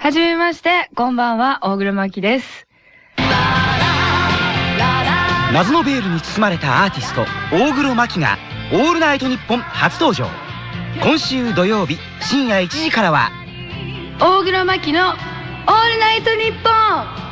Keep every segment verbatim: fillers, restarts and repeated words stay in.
はじめまして、こんばんは、大黒摩季です。 謎のベールに包まれたアーティスト大黒摩季がオールナイトニッポン初登場。今週土曜日深夜いちじからは大黒摩季のオールナイトニッポン。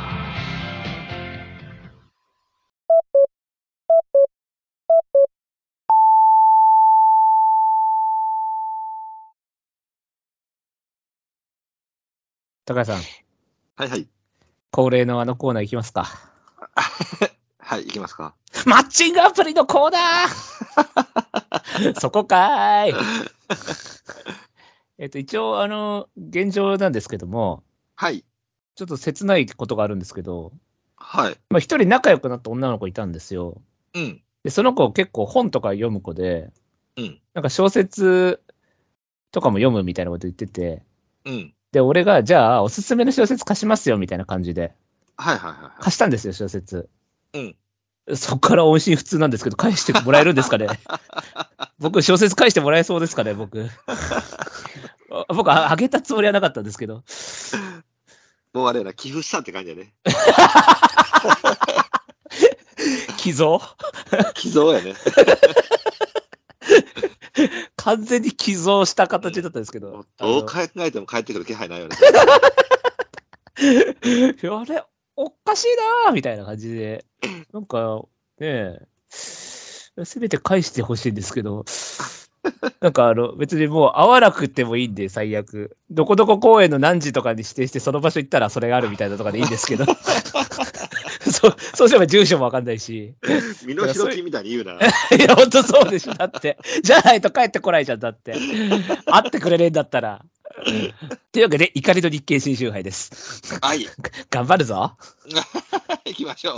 高橋さん。 はいはい。 恒例のあのコーナー行きますか。 はい、行きますか。 マッチングアプリのコーナーそこかーい。えっと、一応、あの、現状なんですけども、 はい。 ちょっと切ないことがあるんですけど、 はい。 まあ、一人仲良くなった女の子いたんですよ。 うん。 で、その子結構本とか読む子で、 うん。 なんか小説とかも読むみたいなこと言ってて、 うん。 で、俺が、じゃあ、おすすめの小説貸しますよ、みたいな感じで。 はいはいはい、はい。 貸したんですよ、小説。 うん。 そっから音信不通なんですけど、返してもらえるんですかね僕、小説返してもらえそうですかね、僕。僕、あ、あげたつもりはなかったんですけど。 もうあれやな、寄付したって感じだね。 寄贈寄贈やね。 完全に寄贈した形だったんですけど。 どう考えても帰ってくる気配ないよね。 あれ、おかしいなーみたいな感じで。なんか、ねえ、せめて返してほしいんですけど、なんかあの、別にもう会わなくてもいいんで、最悪。どこどこ公園の何時とかに指定して、その場所行ったらそれがあるみたいなとかでいいんですけど。そう、そうすれば住所もわかんないし。 身の代金みたいに言うな。 いや、ほんとそうでしょ。だって。じゃないと帰ってこないじゃん、だって。会ってくれねえんだったら。というわけで、怒りの日経新春杯です。 はい。 頑張るぞ。 行きましょう。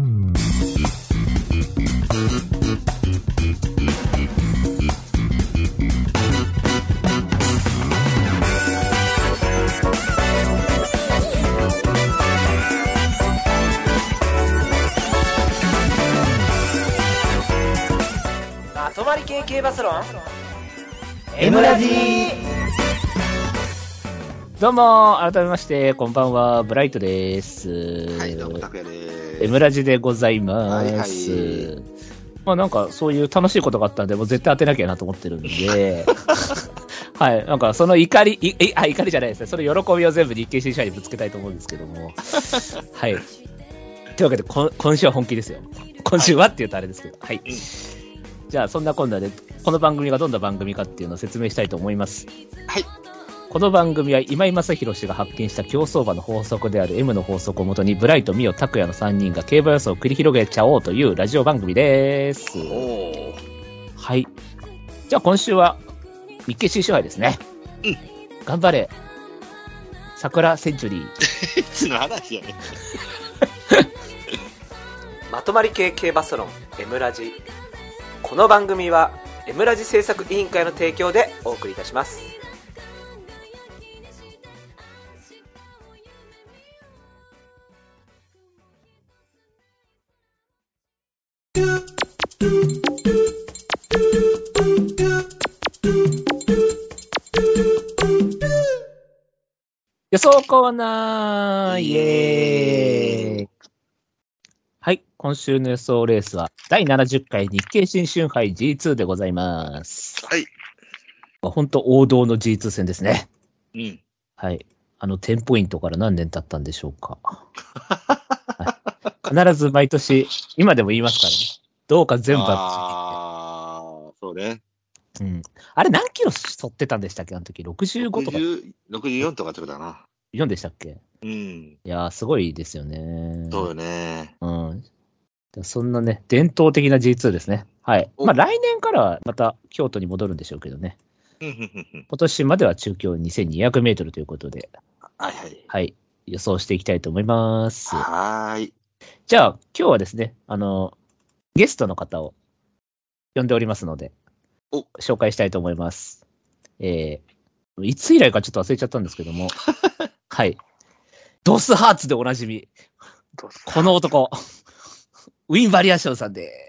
まとまり系系バスロン M ラジー。 どうも、改めまして、こんばんは、ブライトです。 はい、どうも、拓也です。 M ラジでございます。はいはい。まあなんか、そういう楽しいことがあったんで、もう絶対当てなきゃなと思ってるんで、はい、なんかその怒り、い、あ、怒りじゃないですね。その喜びを全部日経新社にぶつけたいと思うんですけども。はい。というわけで、こ今週は本気ですよ。今週はって言うとあれですけど。はい。はい、じゃあ、そんなこんなで、この番組がどんな番組かっていうのを説明したいと思います。 はい。 この番組は今井正弘氏が発見した競走馬の法則である M の法則をもとにブライト、ミオ、拓也のさんにんが競馬予想を繰り広げちゃおうというラジオ番組です。 おはい。じゃあ今週は日経新春杯ですね。 うん。 頑張れ。桜センチュリー。 いつの話やね。 まとまり系系バスロン M ラジ。この番組は M ラジ制作委員会の提供でお送りいたします。 予想コーナーイエーイ。はい、今週の予想レースはだいななじゅっかい日経新春杯 ジーツー でございます。 はい。 本当王道の ジーツー 戦ですね。 うん。 はい。あの、テンポイントから何年経ったんでしょうか。はい、必ず毎年、今でも言いますからね。どうか全部ああ、そうね。 うん。あれ何キロ沿ってたんでしたっけあの時。ろくじゅうごとか。 ろくじゅうよんとかってことだな。 よんでしたっけ。 うん。 いやー、すごいですよね。 そうよね。 うん。そんなね、伝統的な ジーツー ですね。はい。まあ来年からはまた京都に戻るんでしょうけどね。今年までは中京にせんにひゃくメートルということで。 はいはい。 はい。予想していきたいと思います。 はーい。 じゃあ、今日はですね、あの、ゲストの方を呼んでおりますので、紹介したいと思います。えー、いつ以来かちょっと忘れちゃったんですけども、はい。ドスハーツでおなじみ、この男、ウィン・バリアーションさんです。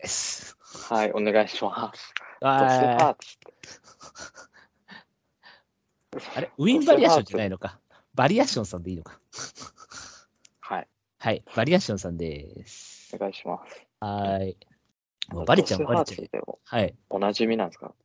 はい、お願いします。ドスハーツ。あれウィン・バリアーションじゃないのか。 バリアッションさんでいいのか。 はい。 はい。バリアッションさんです。 お願いします。 はい。もうバリちゃん、バリちゃん。はい。 おなじみなんですか？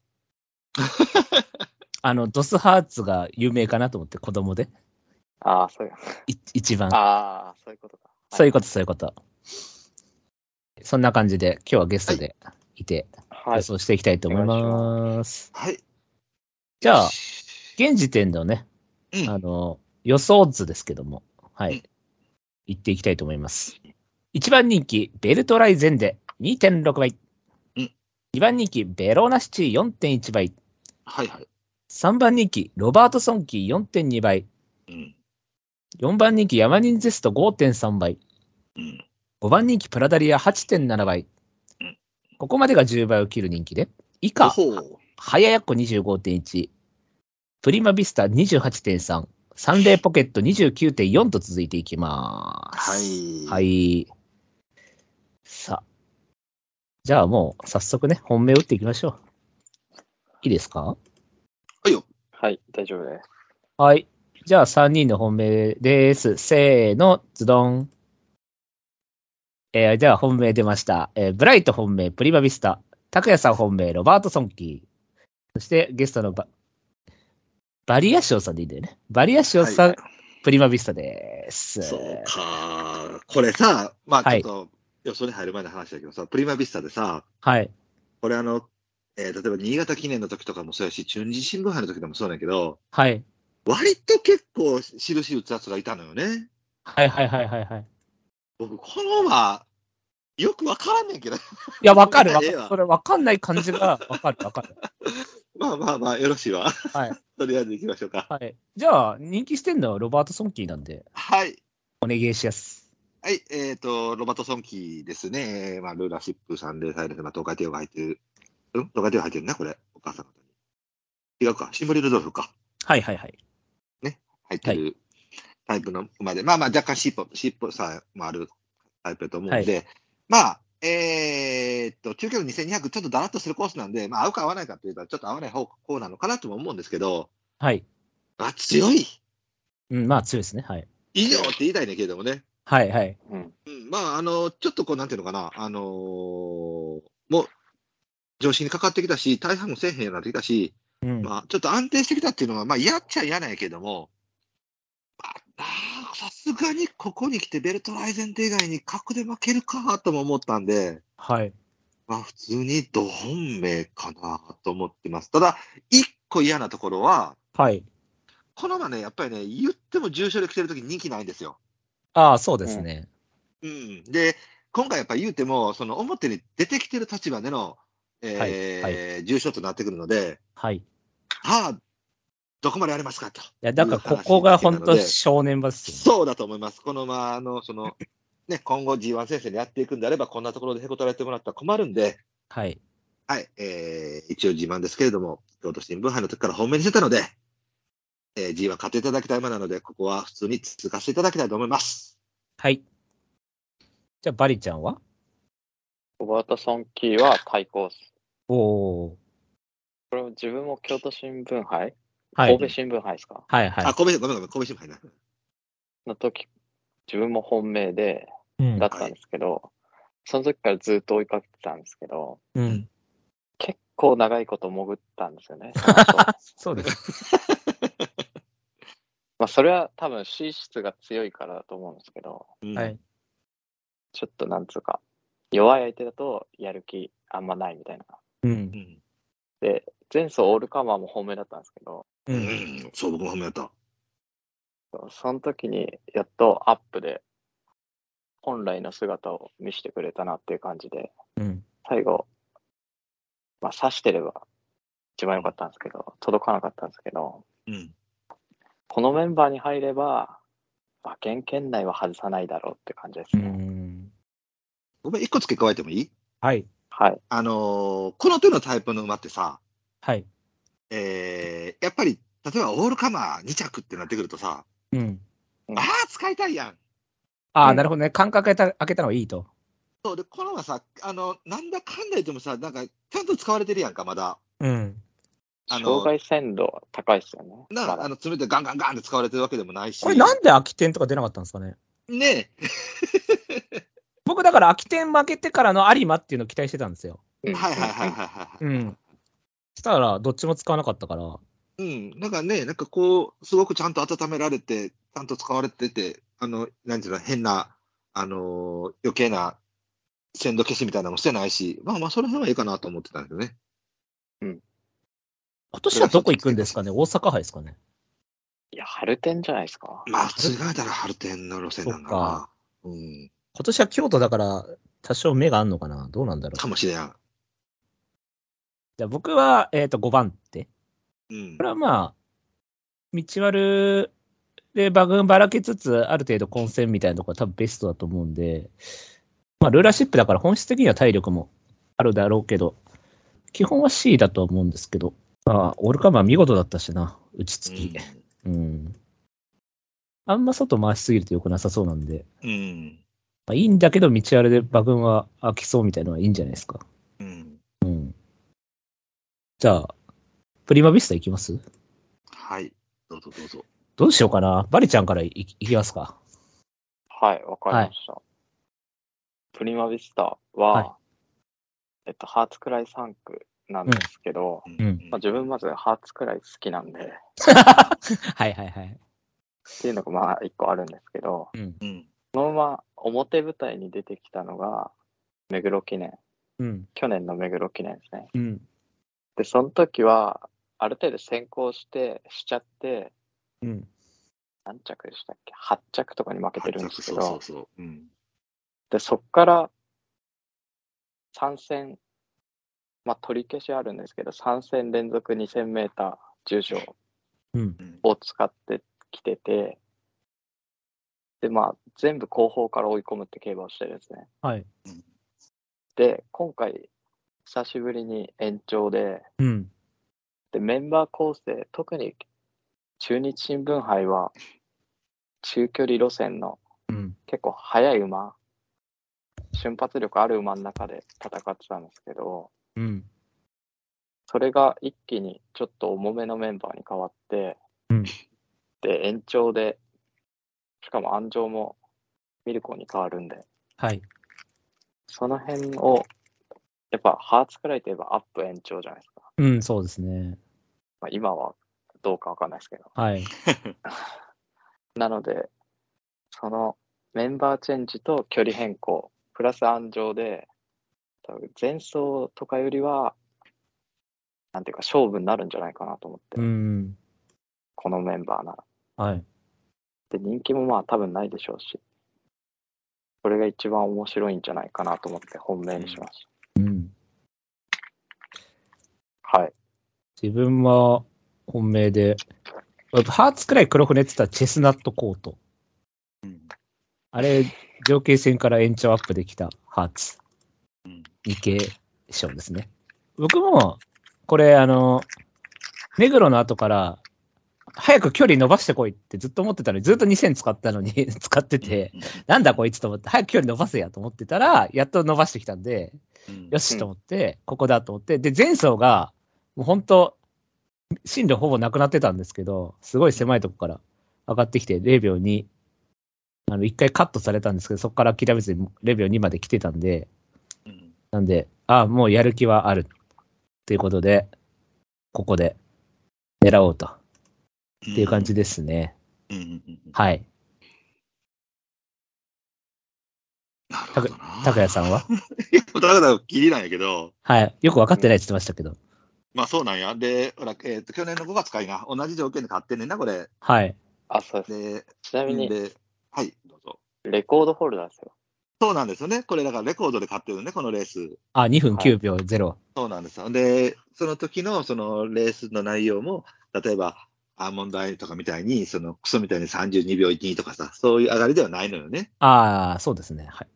あの、ドスハーツが有名かなと思って、子供で。 ああ、そういう。 い一番。 ああ、そういうことか。 そういうこと、そういうこと。そんな感じで、今日はゲストでいて、 はい、 予想していきたいと思います。 はい。 じゃあ、現時点のね、 うん、 あの、予想図ですけども、はい。言っていきたいと思います。いちばん人気、ベルトライゼンデ にてんろく 倍。 うん、 にばん人気、ベローナシティ よんてんいち 倍。 はいはい。 さんばん人気、ロバートソンキー よんてんに 倍。 うん、 よんばん人気、ヤマニンゼスト ごてんさん 倍。 うん、 ごばん人気、プラダリア はちてんなな 倍。うん、ここまでがじゅう倍を切る人気で、以下、はややっこ にじゅうごてんいち、プリマビスタ にじゅうはちてんさん、サンレーポケット にじゅうきゅうてんよん と続いていきます。 はい。 はい。さあ。じゃあもう早速ね、本命打っていきましょう。いいですか？ はいよ。 はい、大丈夫です。 はい。じゃあさんにんの本命です。せーの、ズドン。えー、では本命出ました。えー、ブライト本命、プリマビスタ。拓也さん本命、ロバートソンキー。そしてゲストのバ、バリアシオさんでいいんだよね。バリアシオさん、はい、プリマビスタです。 そうか。これさ、まあちょっと、はい、予想に入る前の話だけどさ、プリマビスタでさ、 はい。 これあの、えー、例えば新潟記念の時とかもそうやし、中日新聞杯の時でもそうなんやけど、 はい。 割と結構印打つやつがいたのよね。 はいはいはいはいはい。 僕、この馬、よくわからんねんけど。いや、わかるわかる。それわかんない感じがわかるわかる。 まあまあまあ、よろしいわ。 はい。 とりあえず行きましょうか。 はい。じゃあ、人気してんのはロバート・ソンキーなんで。 はい。 お願いします。 はい、えっ、ー、と、ロバート・ソンキーですね。まあ、ルーラーシップさんでされて、まあ、東海帝王が入ってる。うん東海帝王入ってるね、これ。お母さん方に。違うか。シンボリルドルフか。 はいはいはい。 ね。入ってるタイプの馬で。はい、まあまあ、若干尻尾、尻尾さもあるタイプだと思うんで、はい、まあ、えー、っと、中距離にせんにひゃくちょっとだらっとするコースなんで、まあ、合うか合わないかというと、ちょっと合わない方向なのかなとも思うんですけど、 はい。 あ、強い。 うん、まあ強いですね。はい。 以上って言いたいねんけれどもね。 はいはい。 うん。まあ、あの、ちょっとこう、なんていうのかな、あのー、もう、上司にかかってきたし、大半もせえへんようになってきたし、うん、まあ、ちょっと安定してきたっていうのは、まあ、嫌っちゃ嫌なんやけども、さすがにここに来てベルトライゼンテ以外に格で負けるかとも思ったんで、 はい。 まあ普通にド本命かなと思ってます。ただ、一個嫌なところは、 はい。 この馬ね、やっぱりね、言っても重賞で来てるとき人気ないんですよ。 ああ、そうですね。 うん。うん、で、今回やっぱり言うても、その表に出てきてる立場での、えーはいはい、重賞となってくるので、 はい。 ああ、どこまでありますかと。いや、だからここが本当正念場ですよ、ね。 そうだと思います。このまあの、その、ね、今後 ジーワン 先生にやっていくんであれば、こんなところでへこたれてもらったら困るんで、 はい。 はい、えー、一応自慢ですけれども、京都新聞杯の時から本命にしてたので、えー、ジーワン 勝っていただきたい馬なので、ここは普通に通過していただきたいと思います。 はい。じゃあ、バリちゃんはロバートソンキーは対抗です。 おー。 これも自分も京都新聞杯はい、 神戸新聞杯ですか？ はいはい。 あ、神戸、ごめんごめん、神戸新聞杯な。 の時、自分も本命で、だったんですけど、うんはい、その時からずっと追いかけてたんですけど、 うん、 結構長いこと潜ったんですよね。 そうです。 まあ、それは多分資質が強いからだと思うんですけど、 はい、 ちょっとなんつうか、弱い相手だとやる気あんまないみたいな。 うん、 で、前走オールカマーも本命だったんですけど、 うん、うん、そう、僕も本命だった。 その時にやっとアップで本来の姿を見せてくれたなっていう感じで、 うん、 最後、まあ刺してれば一番良かったんですけど、届かなかったんですけど、 うん、 このメンバーに入れば馬券圏内は外さないだろうって感じですね。うん、 ごめん、一個付け加えてもいい？ はい。 はい。 あのー、この手のタイプの馬ってさ、 はい。 えー、やっぱり、例えばオールカマーに着ってなってくるとさ、 うん。 ああ、使いたいやん。 ああ、うん、なるほどね。間隔開けた、開けたのがいいと。 そうで、この馬さ、あの、なんだかんだ言ってもさ、なんか、ちゃんと使われてるやんか、まだ。 うん。 あの障害鮮度は高いですよね。 な、 まだあの、詰めてガンガンガンって使われてるわけでもないし。 これなんで空き店とか出なかったんですかね。 ねえ。 僕だから空き店負けてからの有馬っていうのを期待してたんですよ。 うんはいはいはいはいはい。 うん。したら、どっちも使わなかったから。 うん。なんかね、なんかこう、すごくちゃんと温められて、ちゃんと使われてて、あの、なんていうの、変な、あのー余計な鮮度消しみたいなのもしてないし、まあまあ、その辺はいいかなと思ってたんだけどね。 今年はどこ行くんですかね。大阪杯ですかね。 いや、春天じゃないですか。 まあ、普通がたら春天の路線なんだな。うん。 今年は京都だから、多少目があんのかな。どうなんだろう。 かもしれん。 じゃあ僕は、えっと、ごばん手。 うん。 これはまあ、道悪で馬群ばらけつつ、ある程度混戦みたいなところは多分ベストだと思うんで、まあ、ルーラーシップだから本質的には体力もあるだろうけど、基本は C だと思うんですけど、まあ、オールカマー見事だったしな、打ちつき。うん。うん、あんま外回しすぎると良くなさそうなんで、 うん。 まあ、いいんだけど、道あれで馬群は飽きそうみたいなのはいいんじゃないですか。 うん。 うん。じゃあ、プリマビスタ行きます？ はい。どうぞどうぞ。 どうしようかな。バリちゃんからいいきますか。 はい、わかりました。はい、プリマビスタは、はい、えっと、ハーツクライさん区なんですけど、 うんまあ、自分まずハーツクライ好きなんで。 はいはいはい。 っていうのがまあ一個あるんですけど、 うん、 そのまま表舞台に出てきたのが、目黒記念。 うん、 去年の目黒記念ですね。 うん、 で、その時は、ある程度先行して、しちゃって、 うん、 何着でしたっけ ?はち 着とかに負けてるんですけど、 そうそうそう、うん、 で、そっからさん戦、まあ取り消しあるんですけど、さん戦連続にせんメーター重賞を使ってきてて、で、まあ全部後方から追い込むって競馬をしてるんですね。 はい。 で、今回、久しぶりに延長で、 うん、 で、メンバー構成、特に中日新聞杯は中距離路線の結構速い馬、瞬発力ある馬の中で戦ってたんですけど、 うん、 それが一気にちょっと重めのメンバーに変わって、 うん、 で、延長で、しかも安城もミルコに変わるんで、 はい、 その辺を、やっぱハーツクライといえばアップ延長じゃないですか。 うん、そうですね。 まあ、今はどうかわかんないですけど。 はい。 なので、そのメンバーチェンジと距離変更、プラス安城で、多分前走とかよりは、なんていうか勝負になるんじゃないかなと思って。 うん。 このメンバーなら。 はい。 で、人気もまあ多分ないでしょうし、それが一番面白いんじゃないかなと思って本命にしました。 うん。 はい。 自分は本命で、ハーツくらい黒船って言ったらチェスナットコート。うん、あれ、上級戦から延長アップできたハーツ。うん、に系賞ですね。僕も、これ、あの、目黒の後から、早く距離伸ばしてこいってずっと思ってたのに、ずっとにせん使ったのに使ってて、なんだこいつと思って、早く距離伸ばせやと思ってたら、やっと伸ばしてきたんで、よしと思って、ここだと思って、で、前走が、もう本当、進路ほぼなくなってたんですけど、すごい狭いとこから上がってきて、ゼロびょうに、あの、一回カットされたんですけど、そこから諦めずにゼロびょうにまで来てたんで、なんで、あ、もうやる気はある。ということで、ここで狙おうと。っていう感じですね。 うんうんうんうん、 はい。 なるほどな。 たかやさんはだからキリなんやけど。 はい。よく分かってないって言ってましたけど。 まあそうなんや。で、ほら、えー、と去年のごがつかいな。同じ条件で買ってんねんな、これ。 はい。 あ、そうです。でちなみに、 で、はい、どうぞ。 レコードホルダーですよ。 そうなんですよね。これだからレコードで買ってるね、このレース。 あ、にふんきゅうびょうゼロ。はい、 そうなんですよ。で、その時のそのレースの内容も、例えば、アーモンドアイとかみたいに、そのクソみたいにさんじゅうにびょうにとかさ、そういう上がりではないのよね。 ああ、そうですね。はい。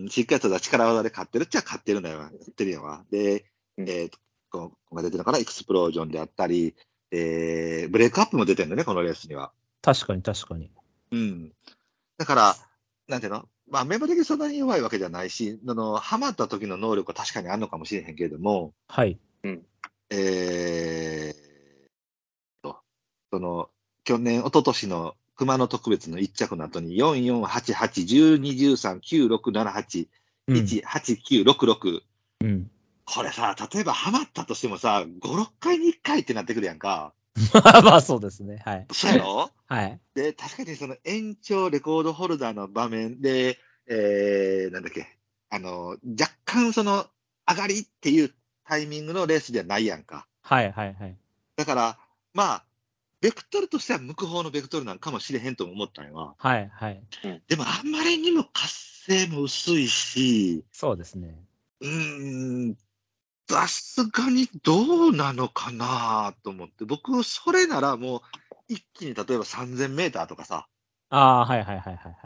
うん、しっかりと力技で勝ってるっちゃ勝ってるんだよ。やってるよわ。で、えー、ここが出てるのかな、エクスプロージョンであったり、えー、ブレイクアップも出てるんだね、このレースには。 確かに確かに。 うん。だから、なんていうの、まあ、メンバー的にそんなに弱いわけじゃないし、あの、ハマった時の能力は確かにあるのかもしれへんけれども、 はい。 うん。えその、去年、一昨年の熊野特別のいっ着の後に、よん、よん、はち、はち、じゅうに、じゅうさん、きゅう、ろく、なな、はち、いち、はち、きゅう、ろく、ろく。 うん。 これさ、例えばハマったとしてもさ、ご、ろっかいにいっかいってなってくるやんか。 まあそうですね。はい。 そうやろはい。 で、確かにその延長レコードホルダーの場面で、えー、なんだっけ、あの、若干その上がりっていうタイミングのレースではないやんか。 はいはいはい。 だから、まあ、ベクトルとしては向く方のベクトルなんかもしれへんと思ったんやわ。 はいはい。 でもあんまりにも活性も薄いし、 そうですね。 うーん、さすがにどうなのかなと思って、僕、それならもう一気に例えばさんぜんメーターとかさ、 ああ、はいはいはいはいはい。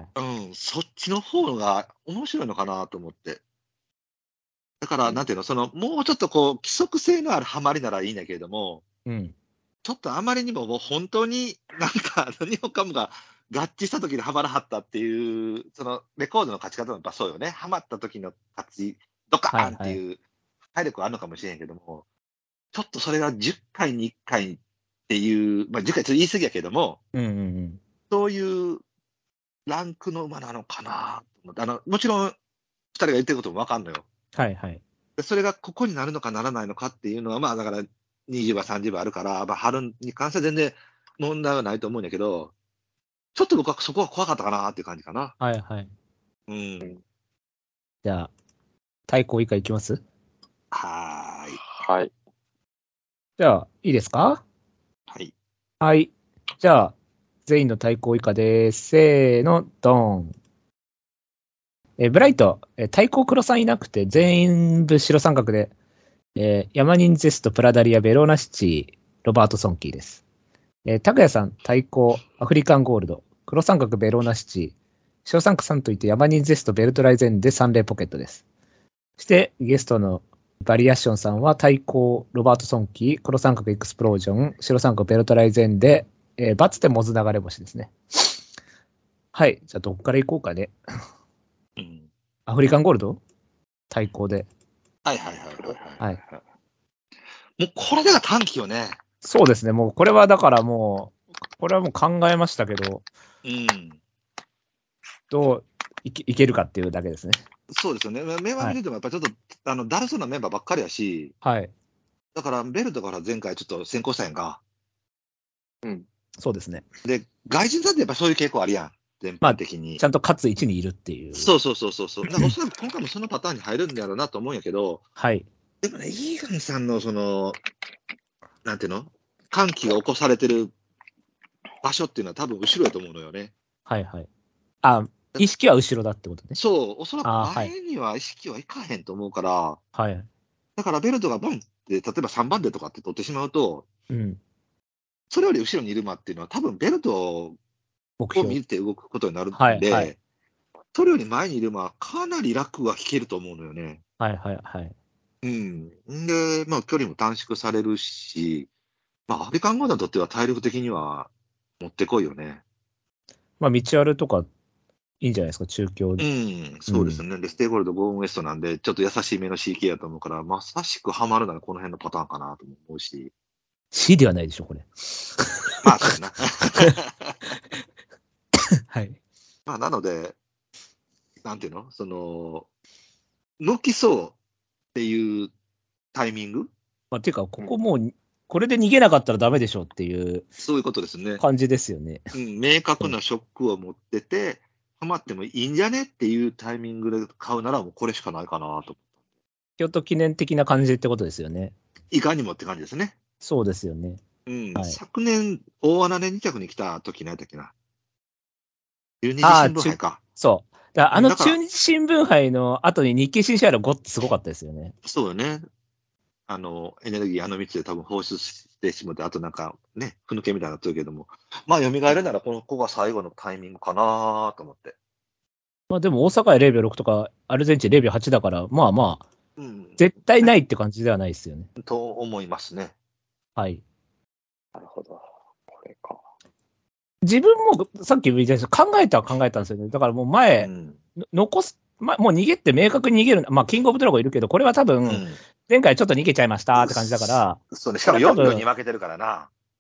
うん、そっちの方が面白いのかなと思って。だから、なんていうの、その、もうちょっとこう、規則性のあるハマりならいいんだけれども、 うん。 ちょっとあまりにももう本当になんか、日本カムが合致した時にハマらはったっていう、そのレコードの勝ち方もやっぱそうよね。ハマった時の勝ち、ドカーンっていう体力はあるのかもしれへんけども、ちょっとそれがじゅっかいにいっかいっていう、まあじゅっかいちょっと言い過ぎやけども、 うんうんうん、 そういうランクの馬なのかなと思って、あの、もちろんふたりが言ってることもわかんのよ。 はいはい。 でそれがここになるのかならないのかっていうのは、まあだからにじゅうばさんじゅうばあるから、まあ春に関しては全然問題はないと思うんだけど、ちょっと僕はそこは怖かったかなっていう感じかな。 はいはい。 うん。 じゃあ、対抗以下いきます？ はーい。 はい。 じゃあ、いいですか？ はい。 はい。じゃあ、全員の対抗以下です。せーの、ドーン。えー、ブライト、えー、対抗黒さんいなくて、全部白三角で、えー、ヤマニンゼスト、プラダリア、ベローナシチー、ロバート・ソンキーです。えー、拓也さん、対抗、アフリカンゴールド、黒三角、ベローナシチー、白三角さんといて、ヤマニンゼスト、ベルトライゼンでサンレイポケットです。そして、ゲストのバリアッションさんは、対抗、ロバート・ソンキー、黒三角、エクスプロージョン、白三角、ベルトライゼンで、えー、バツでモズ流れ星ですね。はい。じゃあ、どっから行こうかね。うん、アフリカンゴールド対抗で。 はいはいはいはい。 はい。 もうこれでが短期よね。 そうですね。もうこれはだからもう、これはもう考えましたけど、 うん。 どういけ、いけるかっていうだけですね。 そうですよね。メンバー見ててもやっぱりちょっと、はい、あのだるそうなメンバーばっかりやし、 はい。 だからベルトから前回ちょっと先行したやんか。 うん。そうですね。 で、外人さんってやっぱそういう傾向あるやん。全般的に。 まあ、ちゃんと勝つ位置にいるっていう。 そうそうそうそうそう。だからおそらく今回もそのパターンに入るんだろうなと思うんやけど、 はい。 でもね、イーガンさんのその、なんていうの歓喜が起こされてる場所っていうのは多分後ろやと思うのよね。 はいはい。あ、意識は後ろだってことね。 そう、おそらく前には意識はいかへんと思うから、 はい。 だからベルトがボンって、例えばさんばん手とかって取ってしまうと、 うん。 それより後ろにいる馬っていうのは多分ベルトを見て動くことになるんで、はいはい、それより前にいる馬はかなり楽は引けると思うのよね。 はいはいはい。 うん。で、まあ距離も短縮されるし、まあアフリカンゴールドにとっては体力的には持ってこいよね。 まあ道あるとかいいんじゃないですか、中京で。 うん、そうですね。うん、で、ステイゴールド、ゴーンウエストなんで、ちょっと優しいめの シーケー やと思うから、まさしくハマるならこの辺のパターンかなと思うし。 C ではないでしょ、これ。 まあ、そうやな。 はい。 まあ、なので、なんていうのその、抜きそうっていうタイミングまあ、ていうか、ここもう、これで逃げなかったらダメでしょっていう。 そういうことですね。 感じですよね。 うん、明確なショックを持ってて、ハマってもいいんじゃねっていうタイミングで買うならもうこれしかないかなと。 京都記念的な感じってことですよね。 いかにもって感じですね。 そうですよね。 うんはい、昨年、大穴でに着に来た時何だっけな。中日新聞杯か。 そう。だあの中日新聞杯の後に日経新試合のごってすごかったですよね。 そうよね。あの、エネルギーあのみっつで多分放出してしまって、あとなんかね、ふぬけみたいになってるけども。まあ、蘇るならこの子が最後のタイミングかなと思って。 まあでも大阪はゼロびょうろくとか、アルゼンチンゼロびょうはちだから、まあまあ、うん、絶対ないって感じではないですよね。 と思いますね。 はい。 なるほど。これか。 自分もさっき言ったように考えたは考えたんですよね。だからもう前、うん、残す、ま、もう逃げって明確に逃げる。まあ、キングオブドラゴンいるけど、これは多分、前回ちょっと逃げちゃいましたって感じだから。 うん、そうね。しかもよんびょうに負けてるからな。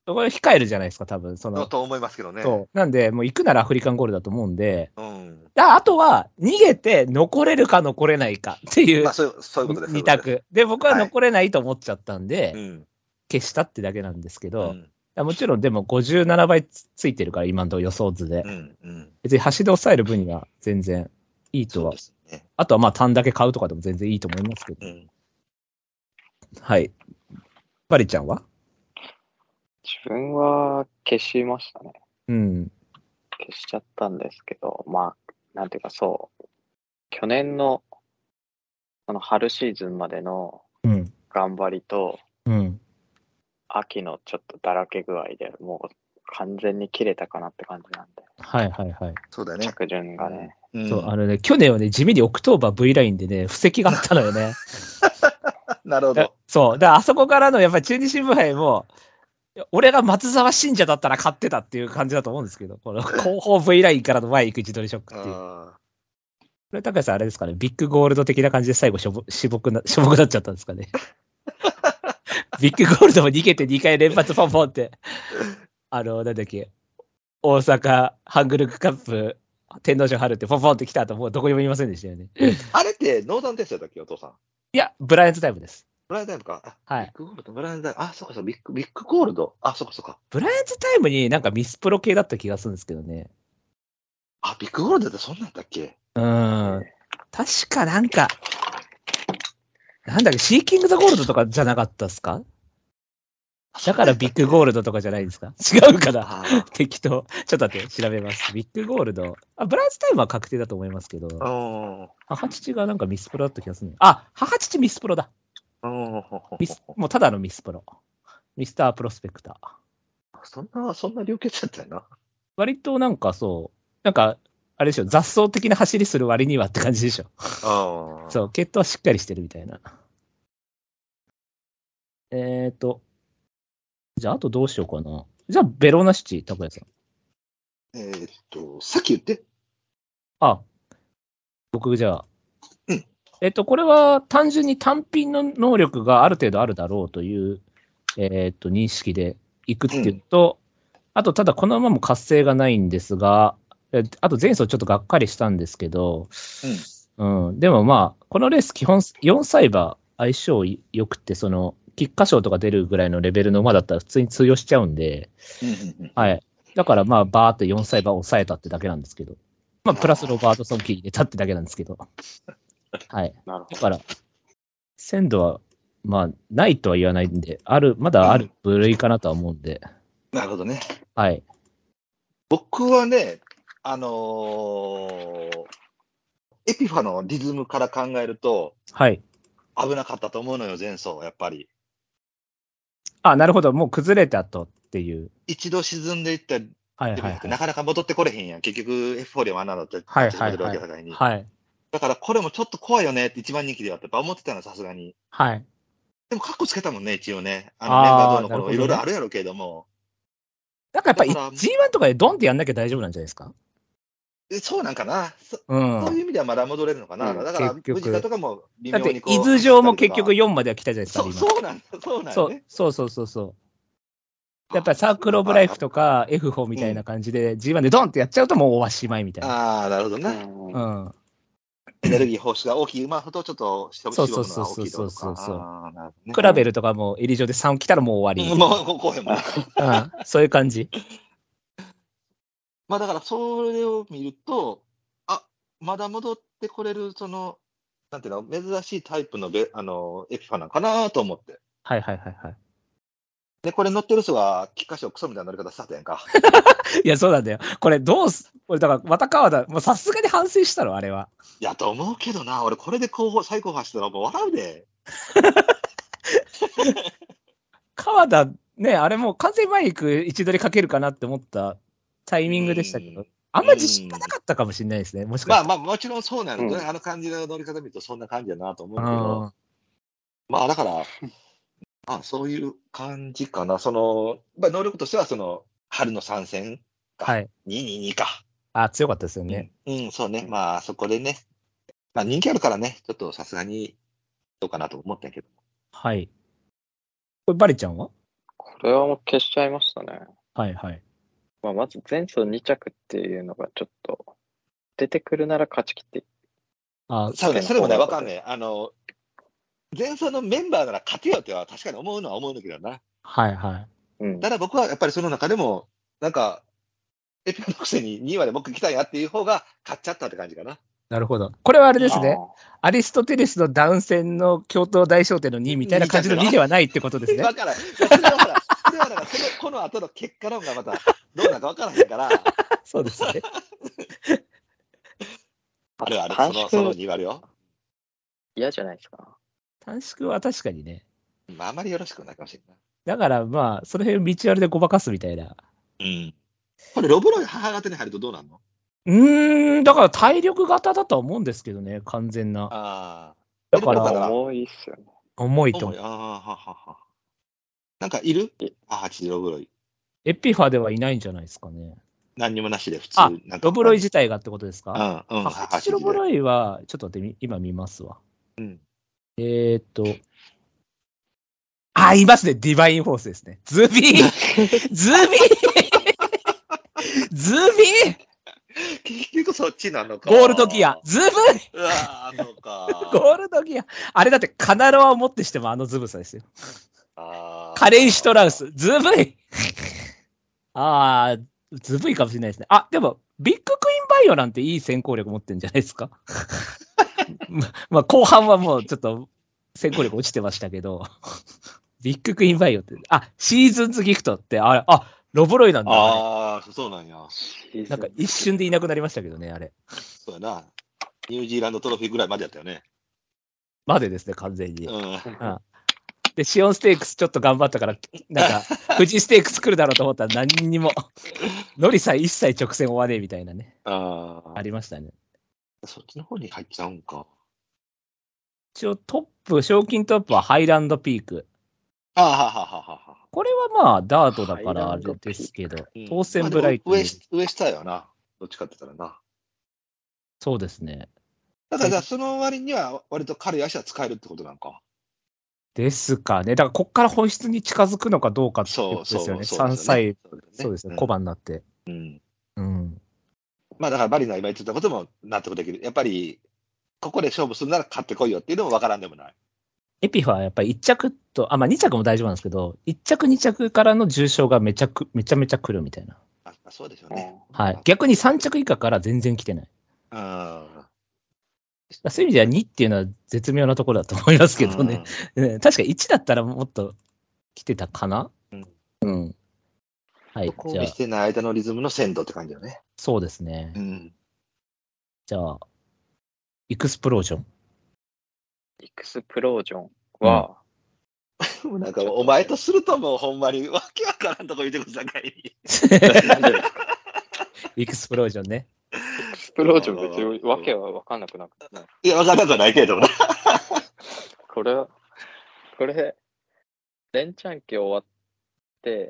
これ控えるじゃないですか、多分。その。 と思いますけどね。 そう。なんで、もう行くならアフリカンゴールだと思うんで。 うん。 あとは、逃げて残れるか残れないかっていう。 まあ、そう、そういうことです。 二択。で、僕は残れないと思っちゃったんで、 はい、うん、 消したってだけなんですけど、 うん、 もちろんでもごじゅうななばい つ, ついてるから、今の予想図で。 うんうん、別に端で抑える分には全然いいとは。ね、あとはまあ単だけ買うとかでも全然いいと思いますけど。うん、はい。バリちゃんは？ 自分は消しましたね。 うん。 消しちゃったんですけど、まあ、なんていうかそう、去年の、その春シーズンまでの頑張りと、 うん、 秋のちょっとだらけ具合でもう完全に切れたかなって感じなんで。 はいはいはい。 そうだね。 着順がね。 うん、そう、あのね、去年はね、地味にオクトーバー V ラインでね、布石があったのよね。 なるほど。 そう。だからあそこからのやっぱり中日新聞杯も、俺が松沢信者だったら買ってたっていう感じだと思うんですけど、この後方 V ラインからの前行く自撮りショックっていう。これ、高橋さんあれですかね、ビッグゴールド的な感じで最後しょぼ、しぼくな、しょぼくなっちゃったんですかね。ビッグゴールドも逃げてにかい連発ポンポンって。あの、なんだっけ、大阪ハングルクカップ天皇賞春ってポンポンって来た後もうどこにもいませんでしたよね。 あれってノーザンテストだっけ、お父さん。 いや、ブライアントタイムです。 ブライアントタイムか。 はい。 ビッグゴールド、ブライアントタイム。あ、そうかそう、ビッグ、ビッグゴールド。あ、そうかそうか。 ブライアントタイムになんかミスプロ系だった気がするんですけどね。 あ、ビッグゴールドってそんなんだっけ？ うん。確かなんか、なんだっけ、シーキングザゴールドとかじゃなかったっすか？だからビッグゴールドとかじゃないですか？違うかな適当。ちょっと待って、調べます。ビッグゴールド。あ、ブライアントタイムは確定だと思いますけど。母父がなんかミスプロだった気がするね。あ、母父ミスプロだ。ミス、もうただのミスプロ。ミスタープロスペクター。 そんな、そんな流血だったよな。 割となんかそう、なんか、あれでしょ、雑草的な走りする割にはって感じでしょ。あそう、血統はしっかりしてるみたいな。えーと、じゃああとどうしようかな。じゃあベロナシチ、高谷さん。 えー、っと、さっき言って。 あ、僕じゃあ。 うん。 えっと、これは単純に単品の能力がある程度あるだろうという、えー、っと、認識でいくっていうと、うん、あと、ただこの馬も活性がないんですが、あと前走ちょっとがっかりしたんですけど、うん。うん、でもまあ、このレース基本よんサイバー相性良くて、その、菊花賞とか出るぐらいのレベルの馬だったら普通に通用しちゃうんで、はい。だからまあ、バーってよんサイバー抑えたってだけなんですけど、まあ、プラスロバートソンキー入れたってだけなんですけど、はい。 なるほど。 だから、鮮度は、まあ、ないとは言わないんで、ある、まだある部類かなとは思うんで。 なるほどね。 はい。 僕はね、あのー、エピファのリズムから考えると、 はい。 危なかったと思うのよ、前走、やっぱり。 あ、なるほど。もう崩れたとっていう。 一度沈んでいった、 はいはいはい、 なかなか戻ってこれへんやん。結局、エフフォーリアもあんなのって、 はいはいはい、はい。 だから、これもちょっと怖いよねって一番人気ではって思ってたの、さすがに。 はい。 でも、カッコつけたもんね、一応ね。あの、メンバーどうのこの、いろいろあるやろうけれども。 だからやっぱり ジーワン とかでドンってやんなきゃ大丈夫なんじゃないですか？ そうなんかな、そ、 うん、 そういう意味ではまだ戻れるのかな。うん、だから、藤田とかも微妙にこう。だって、伊豆城も結局よんまでは来たじゃないですか。 そう、そうなんだ、そうなんだ、ね。 そうそうそうそう。やっぱりサークルオブライフとか F フォーみたいな感じで ジーワン でドンってやっちゃうともうおしまいみたいな。 ああ、なるほどね。 うん。 エネルギー放出が大きい馬ほどちょっとそうそうそうそうそうそうそう。クラベルとかもエリジョでさん来たらもう終わり。 もうこうへんもん。 そういう感じ。 まあだからそれを見ると、あ、まだ戻ってこれるそのなんていうの珍しいタイプのベあのエピファなんかなと思って。 はいはいはいはい。 でこれ乗ってる人は菊花賞クソみたいな乗り方したってやんか。 いやそうなんだよ。これどうすこれだからまた川田もうさすがに反省したのあれは。 いやと思うけどな俺これで後方最後走ったらもう笑うで。 川田ねあれもう完全前行く位置取りかけるかなって思ったタイミングでしたけど、あんまり自信がなかったかもしれないですね。もしかしてまあまあもちろんそうなんだね、うん、あの感じの乗り方見るとそんな感じだなと思うけど、まあだから。あそういう感じかな。その、まあ、能力としては、その、春の参戦か。はい。にににか。 あ強かったですよね。 うん、うん、そうね。まあ、そこでね。まあ、人気あるからね、ちょっとさすがに、どうかなと思ったけど。 はい。これ、バリちゃんはこれはもう消しちゃいましたね。 はいはい。 まあ、まず前走に着っていうのがちょっと、出てくるなら勝ち切って。 あそれそれもね、わかんねえ。あの、前走のメンバーなら勝てよっては確かに思うのは思うんだけどな。 はいはい。 うん、 ただ僕はやっぱりその中でも、なんか、エピファのくせににいまで僕来たんやっていう方が勝っちゃったって感じかな。 なるほど。これはあれですね。アリストテレスのダウン戦の京都大商店のにみたいな感じのにではないってことですね。 わからん。それはほら、それはだからその、この後の結果論がまたどうなるかわからへんから。 そうですね。 あるある、その、そのに割よ。 嫌じゃないですか。 短縮は確かにね。 まあ、あまりよろしくないかもしれない。 だからまあ、その辺道あるでごまかすみたいな。 うん。これ、ロブロイ母方に入るとどうなるの？ うーん、だから体力型だとは思うんですけどね、完全な。 ああ。 だから、 重いっすよね。 重いと思う。 ああ、ははは。なんかいる？あ、はちロブロイ。 エピファではいないんじゃないですかね。 何にもなしで普通。 あ、 なんかロブロイ自体がってことですか？ うん、うん。 はちロブロイは、ちょっと待って、今見ますわ。 うん。 えーっと、あ、いますね。ディバインフォースですね。ズビーズビーズビー結局そっちなのか。 ゴールドギア。ズブイうわぁ、そうか。 ゴールドギア。あれだってカナロアをもってしてもあのズブさですよ。 あカレンシュトラウス。ズブイあー、ズブイかもしれないですね。あ、でも、ビッグクイーンバイオなんていい先行力持ってんじゃないですか。ま、まあ、後半はもうちょっと先行力落ちてましたけど。ビッグクイーンバイオって、あ、シーズンズギフトって、あれ、あ、ロボロイなんだ。 ああ、そうなんや。 なんか一瞬でいなくなりましたけどね、あれ。 そうやな。ニュージーランドトロフィーぐらいまでやったよね。 までですね、完全に。 うん。 あで、シオンステークスちょっと頑張ったから、なんか、富士ステークス来るだろうと思ったら何にも、ノリさえ一切直線終わねえみたいなね。 ああ。 ありましたね。 そっちの方に入っちゃうんか。 一応トップ、賞金トップはハイランドピーク。 ああ、ははははは。 これはまあ、ダートだからあれですけど、当選ブライト、 まあ、上、上下よな。どっちかって言ったらな。 そうですね。 ただ、じゃあその割には、割と軽い足は使えるってことなんか。 ですかね。だから、こっから本質に近づくのかどうかってことですよね。 そうそうさんさい、そうですね、 うん、 小判になって。 うん。 うん。 まあ、だから、バリの今言ってたことも納得できる。やっぱり、ここで勝負するなら勝ってこいよっていうのも分からんでもない。 エピファはやっぱりいっ着と、あ、まあに着も大丈夫なんですけど、いっ着に着からの重賞がめちゃく、めちゃめちゃ来るみたいな。 あ、そうですよね。 はい。逆にさん着以下から全然来てない。 うん。 そういう意味ではにっていうのは絶妙なところだと思いますけどね。うん、確かいちだったらもっと来てたかな。うん。うん、はい。 じゃあ。してない間のリズムの鮮度って感じだね。 そうですね。 うん。 じゃあ、エクスプロージョン。 エクスプロージョンは、 うん、なんかお前とするともうほんまにわけわからんとこ言ってください。 エクスプロージョンね。 エクスプロージョン別にわけはわかんなくなくて、ね。 いや、わかんなくはないけどな。 これは、これ、連チャン期終わって、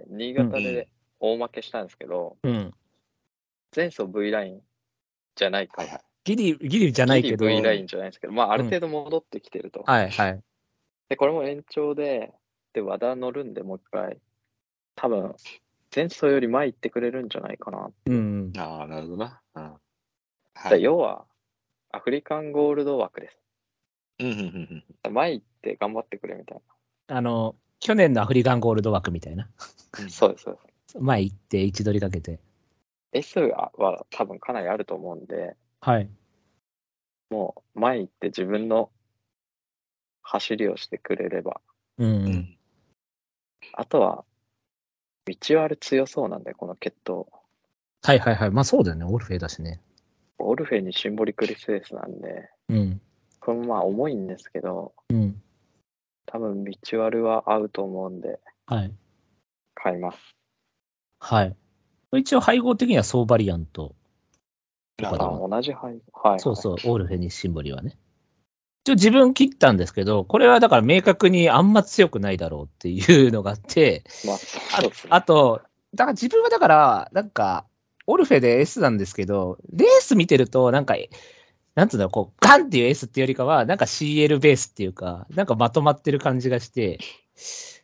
新潟で大負けしたんですけど、 うん、 前走 V ラインじゃないか。 はいはい。 ギリ、ギリじゃないけど。 ギリ V ラインじゃないですけど、まあある程度戻ってきてると。 うん、はいはい。 で、これも延長で、で、和田乗るんでもう一回、多分、前走より前行ってくれるんじゃないかな。 うん。 ああ、なるほどな。うん。 はい、要は、アフリカンゴールド枠です。 うんうんうんうん。前行って頑張ってくれみたいな。あの、去年のアフリカンゴールド枠みたいな。 そうです、そうです。 前行って位置取りかけて。 S は多分かなりあると思うんで、 はい。 もう前行って自分の走りをしてくれれば。 うん、うん。 あとは、道はある強そうなんで、この決闘。 はいはいはい。まあそうだよね。オルフェだしね。 オルフェにシンボリクリスエースなんで、 うん。 これもまあ重いんですけど、 うん。 多分道割は合うと思うんで、 はい。 買います。 はい。一応配合的にはソーバリアントとかでも。同じ配合。はい。 そうそう、オルフェにシンボリはね。一応自分切ったんですけど、これはだから明確にあんま強くないだろうっていうのがあって、 まあ、そうですね。 あと、だから自分はだから、なんか、オルフェで S なんですけど、レース見てると、なんか、なんつうんだろう、こう、ガンっていう S っていうよりかは、なんか シーエル ベースっていうか、なんかまとまってる感じがして、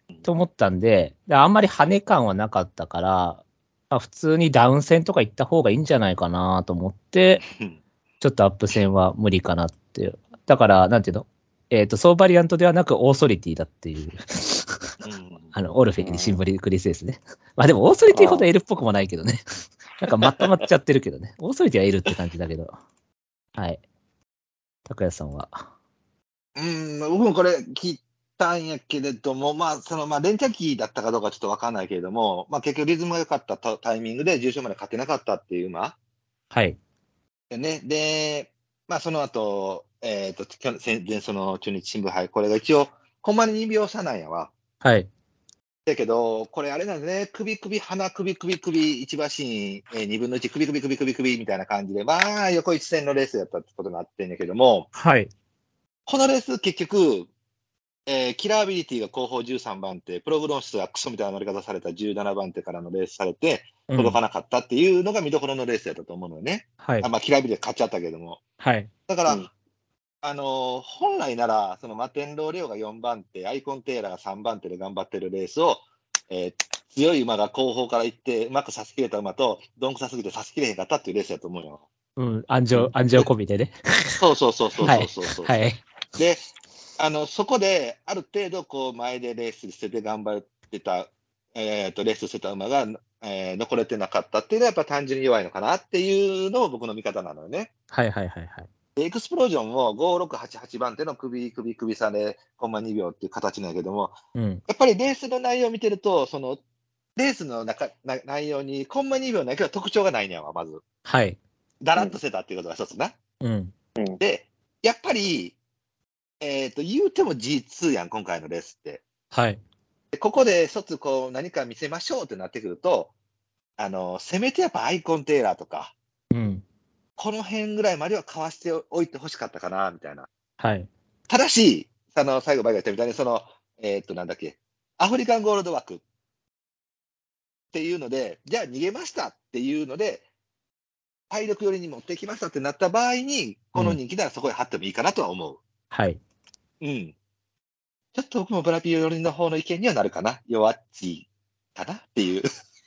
と思ったんで、あんまり跳ね感はなかったから、まあ、普通にダウン戦とか行った方がいいんじゃないかなと思って、ちょっとアップ戦は無理かなって。だから、なんていうのえっ、ー、と、ソーバリアントではなくオーソリティだっていう。あの、オルフェにシンボリクリスですね。まあでも、オーソリティほど L っぽくもないけどね。なんかまとまっちゃってるけどね。オーソリティは L って感じだけど。はい。拓也さんは。 うん、僕もこれ聞いたんやけれども、まあ、その、まあ、連着期だったかどうかちょっとわかんないけれども、まあ、結局リズムが良かったタイミングで重賞まで勝てなかったっていう馬。 はい。 でね、で、まあ、その後、えっ、ー、と、戦前その中日新聞杯、これが一応、ほんまににびょう差なんやわ。 はい。 だけど、これあれなんですね、首首、鼻首、首首、一馬身、えー、にぶんのいち、首首首首首みたいな感じで、まあ、横一線のレースやったってことになってんだけども、 はい。 このレース結局、えー、キラービリティが後方じゅうさんばん手、プログロンスがクソみたいな乗り方されたじゅうななばん手からのレースされて、届かなかったっていうのが見どころのレースやったと思うのよね。 はい。 あまあ、キラービリティ勝っちゃったけども。 はい。 だから、 うんあのー、本来なら、そのマテンローレオがよんばん手、アイコンテーラーがさんばん手で頑張ってるレースを、えー、強い馬が後方から行って、うまく差し切れた馬と、どんくさすぎて差し切れへんかったっていうレースやと思うよ。 うん、安城、安城込みでね。 そうそうそうそうそうそうそう。 はい。はい、 で、あの、そこで、ある程度、こう、前でレースしてて頑張ってた、えっと、レースしてた馬が、えー、残れてなかったっていうのは、やっぱ単純に弱いのかなっていうのを僕の見方なのよね。 はいはいはいはい。 で、エクスプロージョンもご、ろく、はち、はちばん手の首、首、首差で、コンマにびょうっていう形なんやけども、 うん、 やっぱりレースの内容を見てると、その、レースの中な内容にコンマにびょうないけど特徴がないねやわ、まず。 はい。 だらっとしてたっていうことが一つな。 うん。 で、やっぱり、えっと、言うても ジーツー やん、今回のレースって。 はい。 でここで一つこう何か見せましょうってなってくると、あの、せめてやっぱアイコンテーラーとか、 うん。 この辺ぐらいまではかわしておいてほしかったかな、みたいな。 はい。 ただし、あの、最後バイが言ったみたいに、その、えっと、なんだっけ、アフリカンゴールド枠っていうので、じゃあ逃げましたっていうので、体力寄りに持ってきましたってなった場合に、この人気ならそこへ張ってもいいかなとは思う。 はい。 うん。ちょっと僕もブラピオ寄りの方の意見にはなるかな。弱っちかなっていう。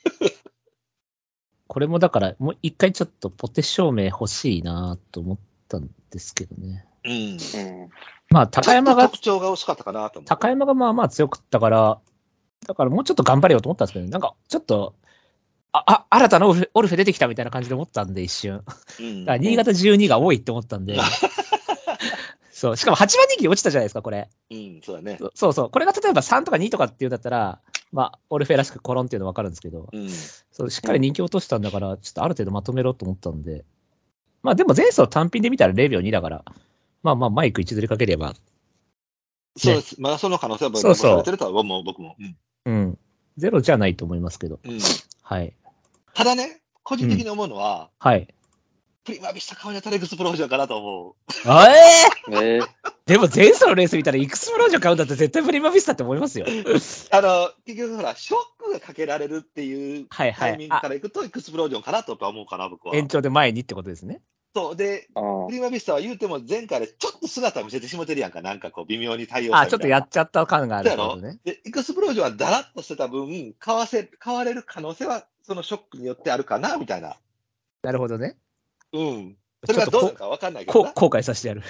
これもだから、もう一回ちょっとポテ証明欲しいなと思ったんですけどね。 うん。 まあ、高山が、 特徴が惜しかったかなと思う。 高山がまあまあ強かったから、だからもうちょっと頑張れよと思ったんですけど、ね、なんかちょっと、あ、あ、新たなオルフェ、オルフェ出てきたみたいな感じで思ったんで、一瞬。うん、だから新潟じゅうにが多いって思ったんで。そう。しかもはちばん人気落ちたじゃないですか、これ。 うん、そうだね。 そ, そうそう。これが例えばさんとかにとかっていうんだったら、まあ、オルフェらしくコロンっていうの分かるんですけど、うん、そうしっかり人気落としたんだから、ちょっとある程度まとめろと思ったんで。まあでも前走単品で見たらゼロびょうにだから、まあまあマイク一ずりかければ。ね、 そうです。まあその可能性は僕もされてるとは思う、僕も。うん。 うん。ゼロじゃないと思いますけど。 うん。 はい。 ただね、個人的に思うのは、 うん、はい。 プリマビスタ買うんやったらエクスプロージョンかなと思う。 あえー、えー、でも前走のレース見たらエクスプロージョン買うんだったら絶対プリマビスタって思いますよ。 あの、結局ほら、ショックがかけられるっていうタイミングからいくとエクスプロージョンかなと思うかな、僕は。 延長で前にってことですね。 そう。で、プリマビスタは言うても前回でちょっと姿を見せてしもてるやんか。なんかこう微妙に対応したみたいな。 あ、ちょっとやっちゃった感があるってことね。 で、エクスプロージョンはだらっとしてた分、買わせ、買われる可能性はそのショックによってあるかな、みたいな。 なるほどね。 うん。それはどうなのか分かんないけどな。 後悔させてやる。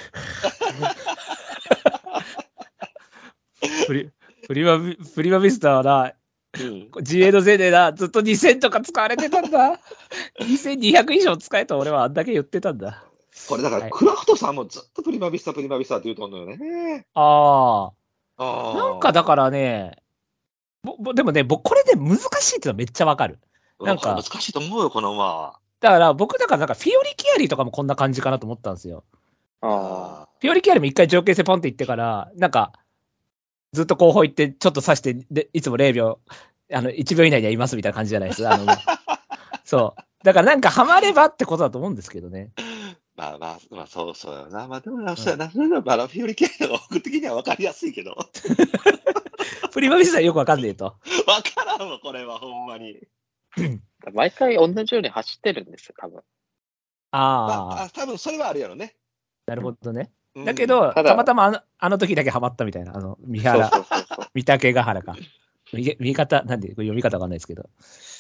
プリ、プリマビ、プリマビスタはな、うん、自営のせいでな、ずっとにせんとか使われてたんだ。にせんにひゃく以上使えと俺はあんだけ言ってたんだ。 これだから、クラフトさんもずっとプリマビスタ、プリマビスタって言うとんのよね。 ああ。なんかだからね、ぼでもね、僕これで難しいってのはめっちゃわかる。なんか。 難しいと思うよ、この馬。 だから僕だからなんかフィオリキアリとかもこんな感じかなと思ったんですよ。 ああ。 フィオリキアリも一回上級生ポンって行ってから、なんか、ずっと後方行ってちょっと刺して、でいつもゼロびょう、あの、いちびょう以内にはいますみたいな感じじゃないですか。あのそう。だからなんかハマればってことだと思うんですけどね。 まあまあ、まあそうそうよな。まあでもな、そうやな。それでもあのフィオリキアリの僕的には分かりやすいけど。 プリマビスタはよく分かんねえと。 分からんわ、これはほんまに。 毎回同じように走ってるんですよ、多分。 あ、 まあ、多分それはあるやろね。 なるほどね。だけど、うん、た, たまたまあのあの時だけハマったみたいな、あの、三原、そうそうそうそう三宅ヶ原か。 見方、なんで、読み方わかんないですけど。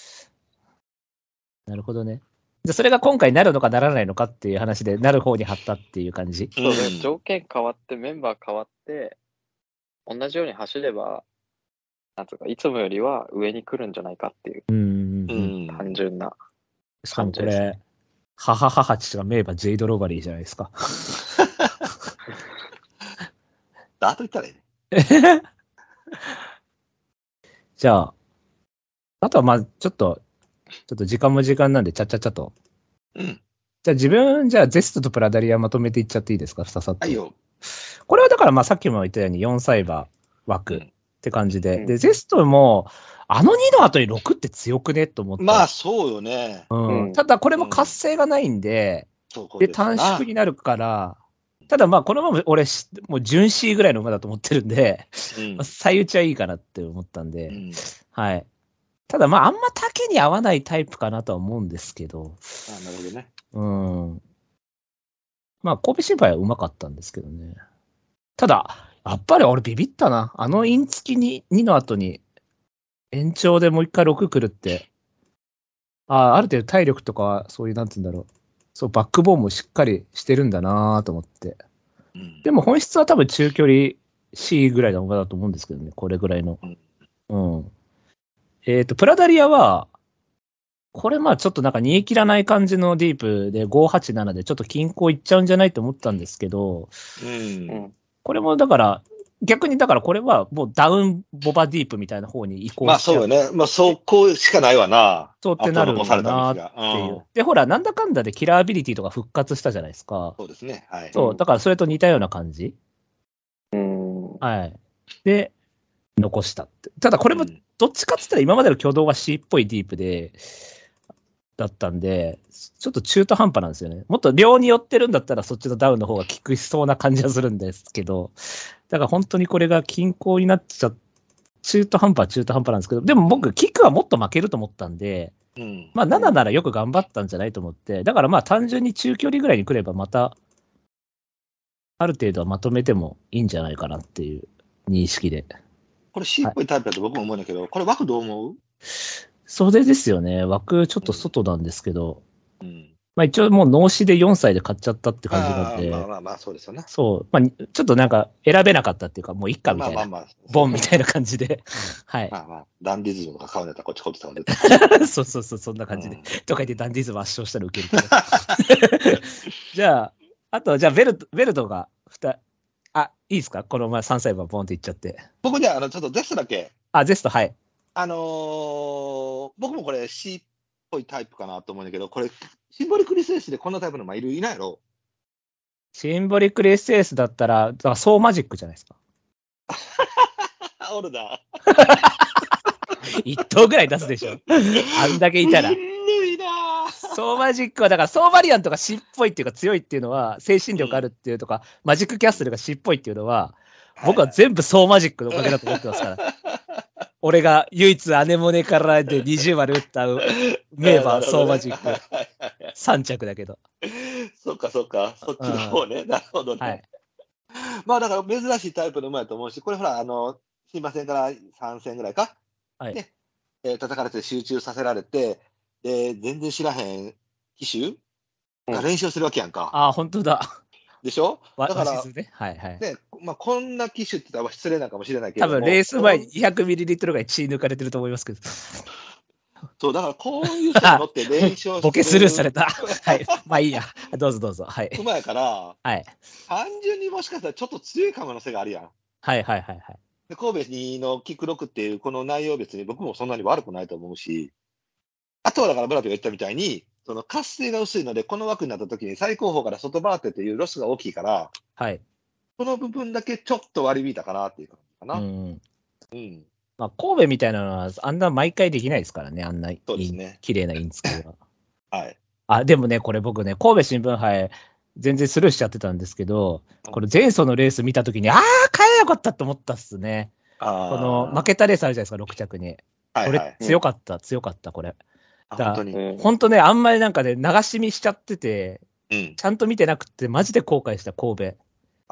なるほどね。じゃあそれが今回なるのかならないのかっていう話で、なる方に張ったっていう感じ。 そうね、条件変わって、メンバー変わって、同じように走れば、なんつうか、いつもよりは上に来るんじゃないかっていう、うんうん、単純な。 しかもこれ、母母父が名馬ジェイド・ロバリーじゃないですか。 だと言ったらいいね。 じゃあ、あとはまあちょっと、ちょっと時間も時間なんで、ちゃっちゃっちゃと。 うん。 じゃあ自分、じゃあゼストとプラダリアまとめていっちゃっていいですか、ささっと。 はいよ。 これはだからまあさっきも言ったようによんサイバー枠って感じで。うん、で、ゼストも、あのにの後にろくって強くねと思った。 まあそうよね。 うん。ただこれも活性がないんで、うん、で、短縮になるから、ただまあこのまま俺、もう準 C ぐらいの馬だと思ってるんで、うん、まあ、最打ちはいいかなって思ったんで、うん、はい。ただまああんま丈に合わないタイプかなとは思うんですけど。 あ、なるほどね。 うん。まあ神戸心配はうまかったんですけどね。ただ、やっぱり俺ビビったな。あのイン付きににの後に延長でもう一回ろく来るって、ああ、ある程度体力とかそういうなんて言うんだろう。そう、バックボーンもしっかりしてるんだなと思って。うん、でも本質は多分中距離 C ぐらいの馬だと思うんですけどね。これぐらいの。うん。うん、えっと、プラダリアは、これまあちょっとなんか煮え切らない感じのディープでごはちななでちょっと均衡いっちゃうんじゃないと思ったんですけど、うん、これもだから、逆にだからこれはもうダウンボバディープみたいな方に移行しちゃう。 まあそうよね。まあそこしかないわな。 そうってなるんだなっていう。で、ほら、なんだかんだでキラーアビリティとか復活したじゃないですか。 そうですね。はい。 そう、だからそれと似たような感じ。 うん。 はい。で、残したって。ただこれもどっちかって言ったら今までの挙動が C っぽいディープで、だったんで、ちょっと中途半端なんですよね。もっと量に寄ってるんだったらそっちのダウンの方が効くしそうな感じはするんですけど、だから本当にこれが均衡になっちゃ、中途半端は中途半端なんですけど、でも僕、キックはもっと負けると思ったんで、うん、まあななならよく頑張ったんじゃないと思って、だからまあ単純に中距離ぐらいに来ればまた、ある程度はまとめてもいいんじゃないかなっていう認識で。 これ C っぽいタイプだと僕も思うんだけど、はい、これ枠どう思う？ それですよね。枠ちょっと外なんですけど、うん、まあ一応もう脳死でよんさいで買っちゃったって感じなんで、 まあまあまあそうですよね。 そう、まあちょっとなんか選べなかったっていうか、もういっかみたいな、まあまあまあボンみたいな感じで、はい。 まあまあダンディズムとか買うんだったらこっちこっち買うんだったら。そうそうそうそんな感じで、うん、とか言ってダンディズム圧勝したらウケるけど。じゃああとじゃあベルトベルトがふたあいいですかこの前さんさい馬ボンっていっちゃって。 僕じゃああのちょっとゼストだけ。 あゼストはい。 あのー、僕もこれ C っぽいタイプかなと思うんだけど、これ、シンボリックリスエースでこんなタイプの馬いるいないやろ？ シンボリックリスエースだったら、だからソーマジックじゃないですか。 おるな。 一頭ぐらい出すでしょ。あんだけいたら。ソーマジックは、だからソーバリアンとか C っぽいっていうか強いっていうのは、精神力あるっていうとか、うん、マジックキャッスルが C っぽいっていうのは、僕は全部ソーマジックのおかげだと思ってますから。俺が唯一アネモネからでにじゅうまで打った名馬ソーマジックさん着だけど。 そっかそっか、そっちの方ね。なるほどね。はい、まあだから珍しいタイプの馬だと思うし、これほら、あの、新馬戦からさん戦ぐらいか。はい。で、えー、叩かれて集中させられて、で、全然知らへん騎手が練習するわけやんか。 うん、ああ、本当だ。 でしょ？だから、 ね、はいはい。 ね、まあ、こんな機種って言ったら失礼なんかもしれないけど多分レース前に にひゃくミリリットル ぐらい血抜かれてると思いますけど。 そう、だからこういう人に乗って練習をしてボケスルーされた。はい。まあいいや。どうぞどうぞ。はい。 うまいから、 はい。 単純にもしかしたらちょっと強い可能性があるやん。 はいはいはいはい。 で神戸にのキックロックっていうこの内容別に僕もそんなに悪くないと思うし、あとはだからブラピが言ったみたいに、その活性が薄いので、この枠になった時に最後方から外回ってというロスが大きいから、 はい。 その部分だけちょっと割り引いたかなっていう感じかな。うん。 うん。まあ、神戸みたいなのは、あんな毎回できないですからね、あんな、 そうですね。 綺麗なイン付けは。 はい。 あ、でもね、これ僕ね、神戸新聞杯、全然スルーしちゃってたんですけど、これ前走のレース見たときに、あー、買えよかったと思ったっすね。あこの、負けたレースあるじゃないですか、ろく着に。はい、はい。これ、強かった、うん、強かった、これ。 本当に。 本当ね、あんまりなんかね、流し見しちゃってて、うん、ちゃんと見てなくて、マジで後悔した、神戸。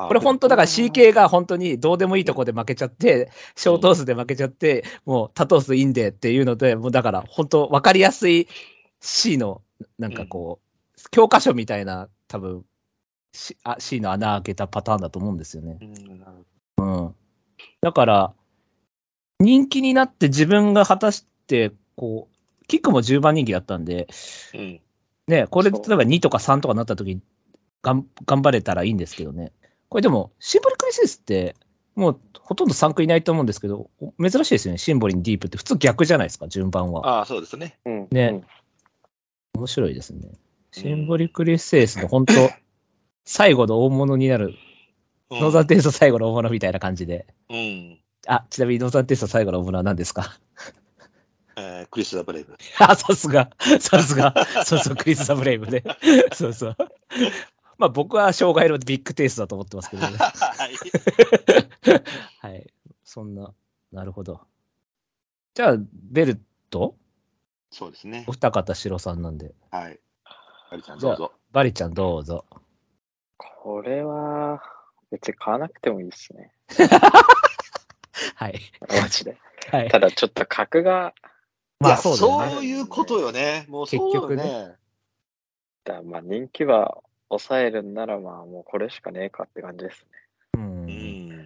これ本当だから シーケー が本当にどうでもいいとこで負けちゃって、小トースで負けちゃって、もう多トースいいんでっていうので、もうだから本当分かりやすい C のなんかこう、うん、教科書みたいな多分 C, あ C の穴開けたパターンだと思うんですよね。うん。うん、だから人気になって自分が果たしてこうキックもじゅうばん人気だったんで、うん、ねこれ例えばにとかさんとかなった時にがん頑張れたらいいんですけどね。これでもシンボリクリセスってもうほとんどさんくいないと思うんですけど、珍しいですよね。シンボリにディープって普通逆じゃないですか、順番は。 ああ、そうですね。 ね、うん、面白いですね。シンボリクリセスの本当最後の大物になる、うん、ノーザンテイスト最後の大物みたいな感じで。うん、あ、ちなみにノーザンテイスト最後の大物は何ですか？ えー、クリス・ザ・ブレイブ。 あ、さすが、さすが、そうそう、クリス・ザ・ブレイブね。そうそう。まあ僕は障害のビッグテイストだと思ってますけどね。はい。はい。そんな、なるほど。じゃあ、ベルト？ そうですね。 お二方白さんなんで。 はい。バリちゃんどうぞ。 バリちゃんどうぞ。 これは、別に買わなくてもいいですね。 はい。 マジで。はい。ただちょっと格が、 まあそうだよね。そういうことよね。もうそうよね。結局ね。 だまあ人気は抑えるんならまあもうこれしかねえかって感じですね。うん。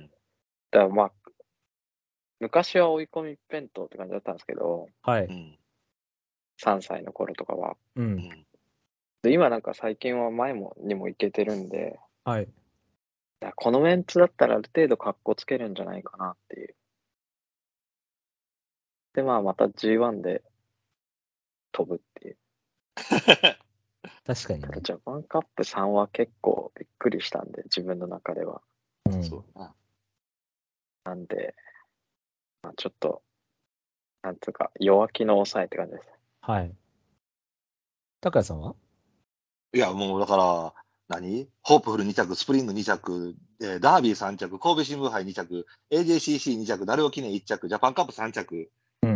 だからまあ、昔は追い込み弁当って感じだったんですけど、 はい。 さんさいの頃とかは。うん。で、今なんか最近は前もにもいけてるんで、 はい。 だこのメンツだったらある程度格好つけるんじゃないかなっていう。で、まあまた ジーワン で飛ぶっていう。 確かにね。 ジャパンカップさんは結構びっくりしたんで、自分の中では。うん。そうな。なんで、まあ、ちょっと、なんつうか、弱気の抑えって感じです。 はい。高谷さんはいや、もうだから、何ホープフルに着、スプリングに着、えー、ダービーさん着、神戸新聞杯に着、エージェーシーシーに着、ダルオ記念いっ着、ジャパンカップさん着。うん。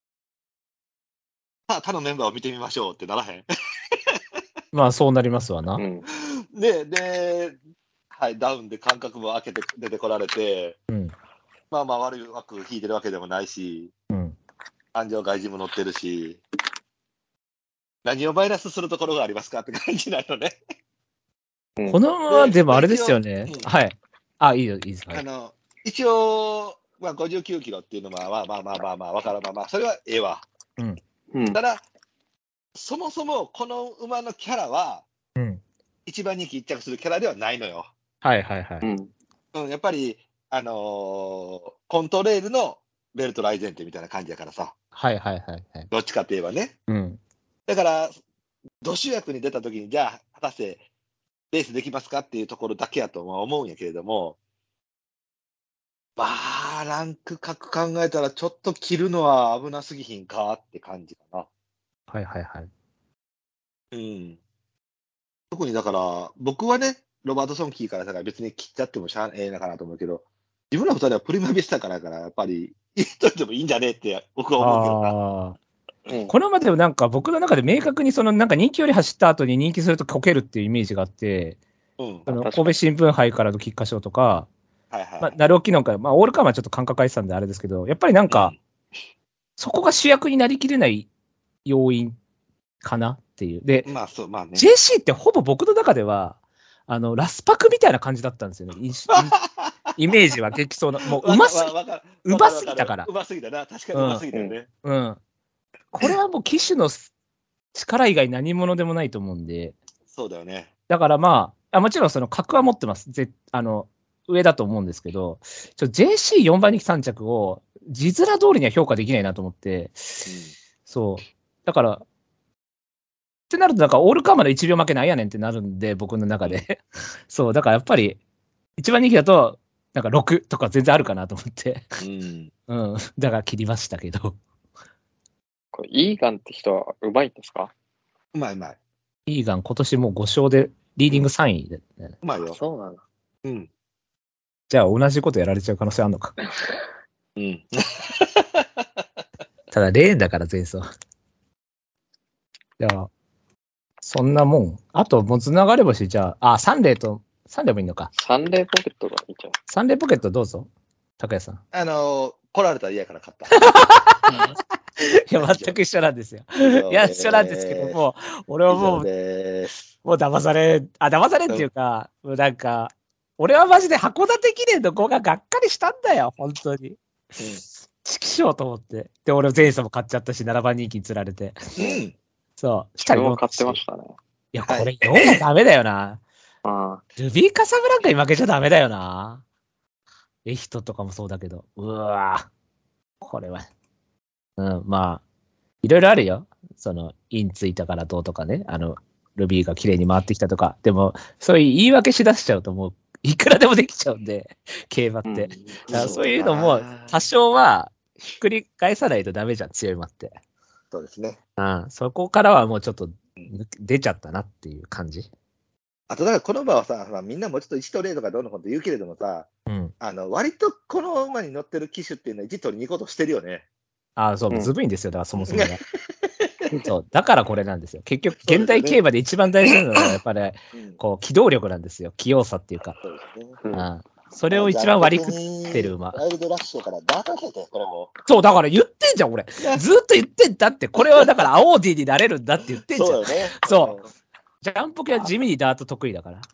さあ、他のメンバーを見てみましょうってならへん。 まあ、そうなりますわな。うん、 で、で、はい、ダウンで間隔も開けて出てこられて、うん、まあまあ悪い枠引いてるわけでもないし、うん、安城外人も乗ってるし、何をマイナスするところがありますかって感じなのね。 このままでもあれですよね。うん、はい。あ、いいよ、いいです。 はい、あの、一応、まあ、ごじゅうきゅうキロっていうのは、まあまあまあまあまあ、わからんまあまあ、それはええわ。うん。ただ、そもそもこの馬のキャラは、うん、一番人気一着するキャラではないのよ。 はいはいはい。 うん、やっぱり、あのー、コントレールのベルトライゼンテみたいな感じやからさ。 はいはいはい、はい。 どっちかといえばね。うん。だから、土主役に出たときに、じゃあ、果たしてレースできますかっていうところだけやとは思うんやけれども、まあ、ランク格考えたら、ちょっと切るのは危なすぎひんかって感じかな。 はいはいはい。 うん。特にだから、僕はね、ロバートソンキーからだから別に切っちゃってもしゃあええのかなと思うけど、自分ら二人はプリマビスタからから、やっぱり、言っといてもいいんじゃねえって僕は思うけどな。あうん、これまでもなんか僕の中で明確にそのなんか人気より走った後に人気するとこけるっていうイメージがあって、うん、あの神戸新聞杯からの菊花賞とか、はいはい、まあ、鳴尾機能から、まあ、オールカーはちょっと感覚空いてたんであれですけど、やっぱりなんか、うん、そこが主役になりきれない要因かなっていう。で、 まあそうまあね、 ジェーシー ってほぼ僕の中では、あのラスパクみたいな感じだったんですよね。イメージは激そうな、もううますぎ、うますぎたから。 うますぎたな、確かにうますぎたよね。 うん。うん、これはもう騎手の力以外何者でもないと思うんで。 そうだよね。 だからまあ、あもちろんその格は持ってます。ぜあの上だと思うんですけど、ちょ ジェーシーよん 番人気さん着を字面通りには評価できないなと思って、うん、そう。だから、ってなると、なんかオールカーまでいちびょう負けないやねんってなるんで、僕の中で。そう、だからやっぱり、一番人気だと、なんかろくとか全然あるかなと思って。うん。うん。だから切りましたけど。 これ、イーガンって人はうまいんですか？ うまいうまい。 イーガン今年もうご勝で、リーディングさんいで、 ね。うまいよ。 そうなんだ。 うん。 じゃあ同じことやられちゃう可能性あるのか。うん。ただ、レーンだから前走。じゃあ、そんなもん。あと、もつ流れ星、じゃあ、あ、サンレイとサンレーもいいのか。 サンレーポケットがいいんじゃない？ サンレーポケットどうぞ。高谷さん。 あのー、来られたら嫌から買った。 いや、全く一緒なんですよ。いや、一緒なんですけども、俺はもう、もう騙され、あ、騙されっていうか、もうなんか、俺はマジで函館記念の子ががっかりしたんだよ、本当に。チキショーと思って。で、俺前走も買っちゃったし、ななばん人気に釣られて。 うん。 そう。 下にも買ってましたね。 いや、これよんもダメだよな。 あルビーカサブランカに負けちゃダメだよな。エヒトとかもそうだけど。うわぁ。これは。うん、まあ、いろいろあるよ。その、インついたからどうとかね。あの、ルビーが綺麗に回ってきたとか。でも、そういう言い訳しだしちゃうともう、いくらでもできちゃうんで、競馬って。うん、だからそういうのも、多少は、ひっくり返さないとダメじゃん、強い馬って。 そうですね。 うん、そこからはもうちょっと、出ちゃったなっていう感じ。 あと、だからこの馬はさ、みんなもうちょっといちとゼロとかどうのこと言うけれどもさ、うん、あの、割とこの馬に乗ってる騎手っていうのはいち取りに行こうとしてるよね。 ああ、そう、ずぶいんですよ、だからそもそもが。そう、だからこれなんですよ。結局、現代競馬で一番大事なのは、やっぱり、ね、こう、機動力なんですよ。器用さっていうか。そうですね。うん。それを一番割り食ってる馬。 ワイルドラッシュからダートせて、これも。 そう、だから言ってんじゃん、俺。ずっと言ってんだって。これはだから、アオーディになれるんだって言ってんじゃん。そうよね。そう。ジャンポケは地味にダート得意だから。うん。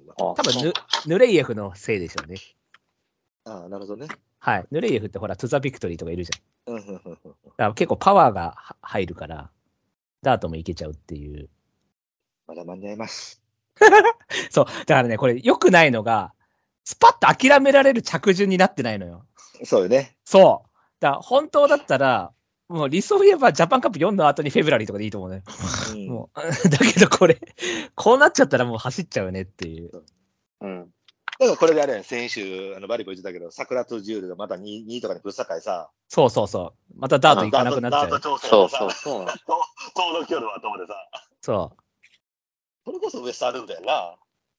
多分ヌ、ヌレイエフのせいでしょうね。 ああ、なるほどね。 はい。ヌレイエフってほら、トゥザビクトリーとかいるじゃん。だから結構パワーが入るから、ダートもいけちゃうっていう。 まだ間に合います。 そう。だからね、これ良くないのが、スパッと諦められる着順になってないのよ。 そうよね。 そう。だから本当だったら、もう理想を言えばジャパンカップよんの後にフェブラリーとかでいいと思うね。うん、もうだけどこれ、こうなっちゃったらもう走っちゃうねっていう。 うん。だからこれであれやん、先週、あのバリコ言ってたけど、桜とジュールがまた に, にとかにぶっさかいさ。 そうそうそう。またダート行かなくなっちゃう。 ダート調整そうそうそう。ちょうど距離はと思ってさ。 そう。 それこそウエストあるんだよな。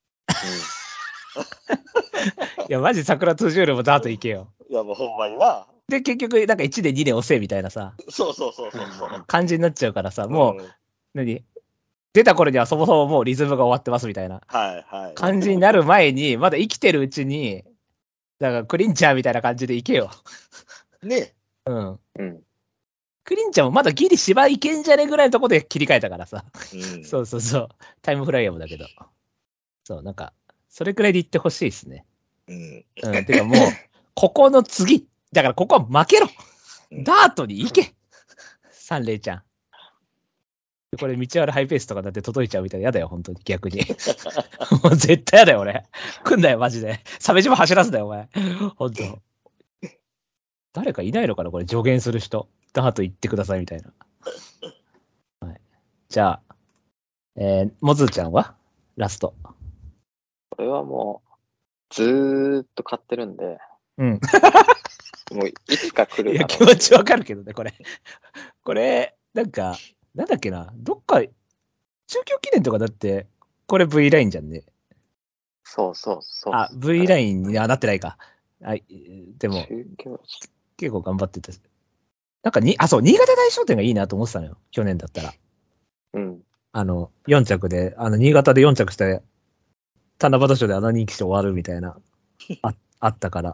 うん、いや、マジ桜とジュールもダート行けよ。 いや、もうほんまにな。 で、結局、なんかいちねんにねん遅えみたいなさ。 そうそうそうそうそう。 感じになっちゃうからさ、もう、うん、何出た頃にはそもそももうリズムが終わってますみたいな感じになる前に、まだ生きてるうちに、だからクリンチャーみたいな感じでいけよ。 ねうん。うん。クリンチャーもまだギリ芝いけんじゃねぐらいのとこで切り替えたからさ。うん、そうそうそう。タイムフライヤーもだけど。そう、なんか、それくらいで言ってほしいですね。うん。うん。てかもう、ここの次、だからここは負けろ。ダートに行け。サンレイちゃん。これ、道あるハイペースとかだって届いちゃうみたいな。やだよ、本当に。逆に。もう絶対やだよ、俺。来んだよ、マジで。鮫島走らすだよ、お前。本当。誰かいないのかな、これ、助言する人。ダート行ってください、みたいな。はい。じゃあ、えー、もずーちゃんはラスト。 これはもう、ずーっと買ってるんで。 うん。 もう、いつか来るかな。 いや、気持ちわかるけどね、これ。これ、なんか、なんだっけな、どっか、中京記念とかだって、これ V ラインじゃんね。 そうそうそう。 あ、V ラインにはなってないか。はい、でも、結構頑張ってた。なんかに、あ、そう、新潟大商店がいいなと思ってたのよ。去年だったら。 うん。 あの、よん着で、あの、新潟でよん着して、七夕賞で穴人気して終わるみたいな、あ、あったから。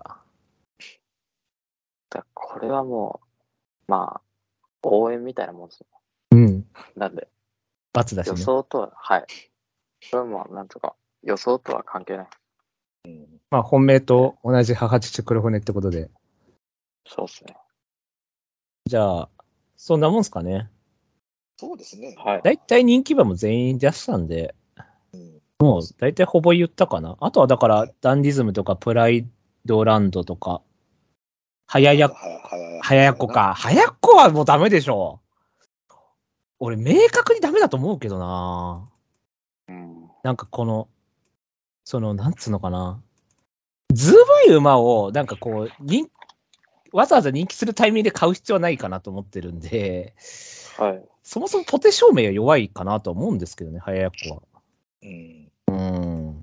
だこれはもう、まあ、応援みたいなもんですよ。 うん。 なんで、 罰だしね。 予想とは、はい。これはもう、なんとか、予想とは関係ない。 うん、まあ、本命と同じ母父黒船ってことで。 そうですね。 じゃあ、そんなもんすかね。 そうですね。 はい。 だいたい人気馬も全員出したんで、うん、もうだいたいほぼ言ったかな。あとはだから、ダンディズムとかプライドランドとか、はやや、はややっこか。はやっこはもうダメでしょ。俺、明確にダメだと思うけどな、うん、なんかこの、その、なんつうのかな。ずぶい馬を、なんかこう、人わざわざ人気するタイミングで買う必要はないかなと思ってるんで、 はい。 そもそもポテ証明は弱いかなと思うんですけどね、はややっこは。うん。うん。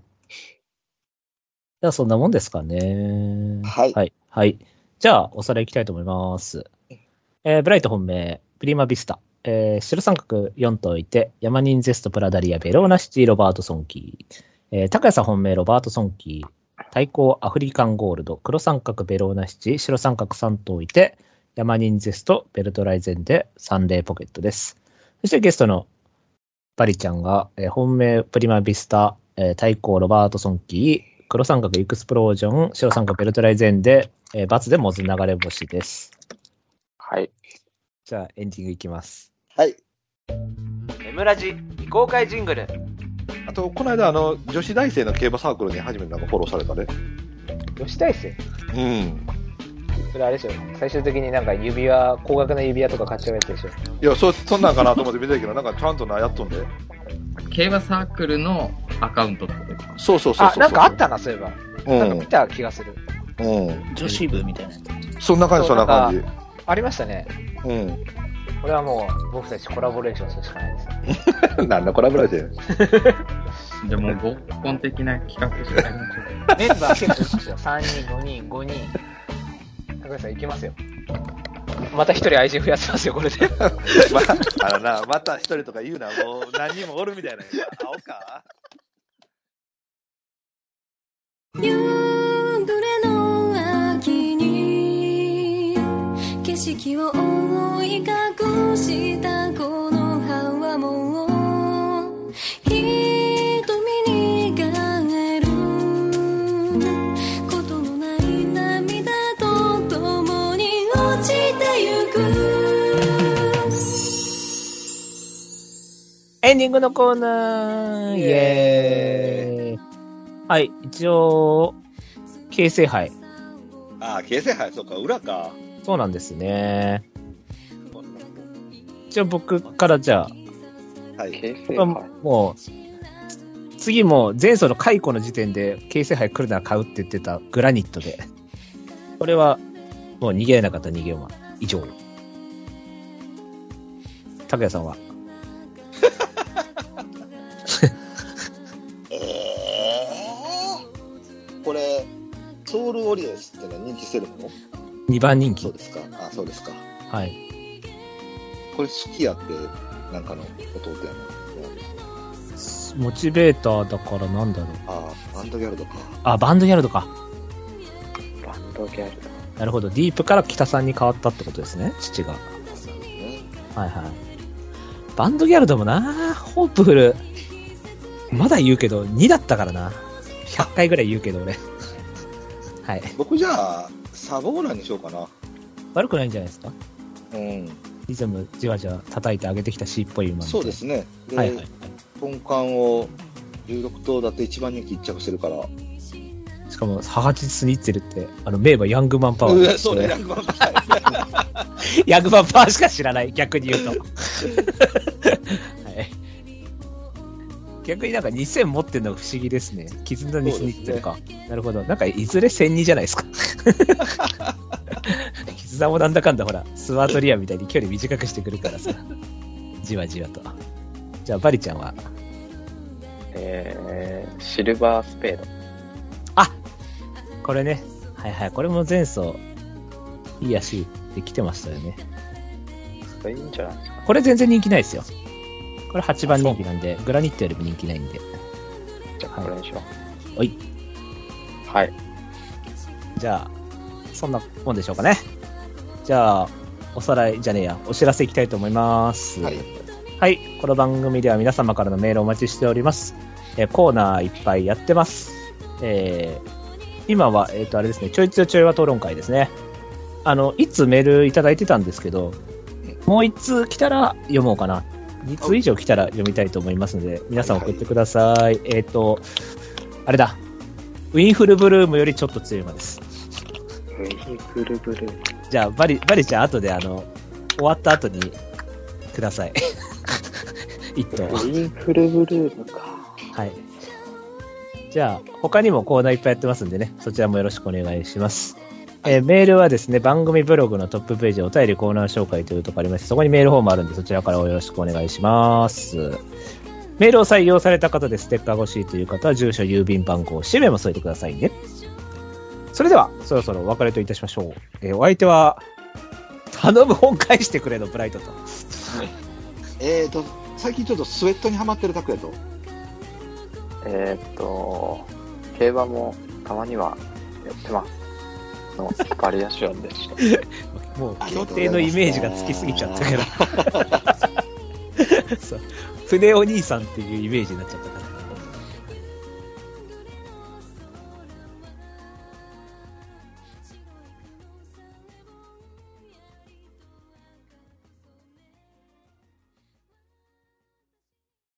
じゃあ、そんなもんですかね。 はい。 はい。はい。じゃあ、おさらいいきたいと思います。えー、ブライト本命、プリマビスタ。えー、白三角よん頭いて、ヤマニンゼスト、プラダリア、ベローナシティ、ロバートソンキー。 えー、高谷さん本命ロバートソンキー、対抗アフリカンゴールド、黒三角ベローナ七、白三角さん頭いて、ヤマニンゼスト、ベルトライゼンでサンレイポケットです。そしてゲストのバリちゃんが、えー、本命プリマビスタ、えー、対抗ロバートソンキー、黒三角エクスプロージョン、白三角ベルトライゼンで、えー、バツでモズ流れ星です。 はい。 じゃあエンディングいきます。 はい。 エムラジ未公開ジングル。 あと、この間、あの、女子大生の競馬サークルに初めてなんかフォローされたね。 女子大生？ うん。 それあれでしょ。最終的になんか指輪、高額な指輪とか買っちゃうやつでしょ。 いや、そ、そんなんかなと思って見てるけど、なんかちゃんとな、やっとんで。 競馬サークルのアカウントってことですか？ そうそうそうそう。 あ、なんかあったな、そういえば。 うん。 なんか見た気がする。 うん。 女子部みたいなやつ。そんな感じ、そんな感じ。 ありましたね。 うん。 これはもう、僕たちコラボレーションするしかないです。 なんだコラボレーションでも、合コン的な企画しかないんメンバー結構いますよ。さんにん、ごにん、ごにん。高橋さんいけますよ。また一人愛人増やせますよ、これで。 まあ、あのな、また一人とか言うな、もう何人もおるみたいな。青か夕暮れの秋に景色を覆い隠したこの葉はもう瞳に帰ることのない涙と共に落ちてゆく。 エンディングのコーナーイエーイ。はい、一応、京成杯。 ああ、京成杯、そうか、裏か。 そうなんですね。一応僕からじゃあ、はい、京成杯。 もう、次も前走の解雇の時点で京成杯来るなら買うって言ってたグラニットで。これは、もう逃げれなかった逃げ馬。以上。拓也さんはこれ、ソウルオリエンスってのは人気してるの？ にばん人気。 そうですか。あ、そうですか。 はい。 これ好きやって、なんかの弟やな。モチベーターだからなんだろう。 ああ、バンドギャルドか。 あ、バンドギャルドか。 バンドギャルド。 なるほど。ディープから北さんに変わったってことですね、父が。ね、はいはい。バンドギャルドもな、ホープフル。まだ言うけど、にだったからな。ひゃっかいぐらい言うけど俺。はい。 僕じゃあ、サボーラにしようかな。 悪くないんじゃないですか？ うん。 リズムじわじわ叩いて上げてきた C っぽい馬。 そうですね。で、はいはい、本館をじゅうろく頭だって一番人気一着してるから。 しかも、母父スニッツェルって、あの、名馬ヤングマンパワー。 そうね、ヤングマンパワー。ヤングマンパワーしか知らない、逆に言うと。はい。逆になんかにせん持ってるのが不思議ですね。絆にスニッツェルか、ね。なるほど。なんかいずれせんにじゃないですか。絆もなんだかんだほら、スワートリアみたいに距離短くしてくるからさ。じわじわと。じゃあ、バリちゃんはえー、シルバースペード。 あ、これね。はいはい。これも前走、いい足で来てましたよね。 いいんじゃないですか。 これ全然人気ないですよ。これはちばん人気なんで、グラニットよりも人気ないんで。 じゃあ、これにしよう。はい。 はい。 じゃあ、そんなもんでしょうかね。じゃあ、おさらいじゃねえや、お知らせいきたいと思います。はい。はい。この番組では皆様からのメールをお待ちしております。えー、コーナーいっぱいやってます。えー、今は、えっと、あれですね、ちょいつよちょいは討論会ですね。あの、いつメールいただいてたんですけど、もういっつ来たら読もうかな。につ以上来たら読みたいと思いますので、皆さん送ってください。はいはい、えっと、あれだ。ウィンフルブルームよりちょっと強い馬です。 ウィンフルブルーム。 じゃあ、バリ、バリちゃん後であの、終わった後にください。一頭。 ウィンフルブルームか。 はい。じゃあ、他にもコーナーいっぱいやってますんでね、そちらもよろしくお願いします。えー、メールはですね、番組ブログのトップページ、お便りコーナー紹介というところありまして、そこにメールフォームあるんで、そちらからよろしくお願いします。メールを採用された方でステッカー欲しいという方は、住所、郵便番号、氏名も添えてくださいね。それでは、そろそろお別れといたしましょう。えー、お相手は、頼む本返してくれのブライトと。 えーと、最近ちょっとスウェットにハマってるタクヤと。 えー、っと、競馬もたまにはやってます。のバリアションでした。 もう、競艇のイメージがつきすぎちゃったから。そう。船お兄さんっていうイメージになっちゃったから。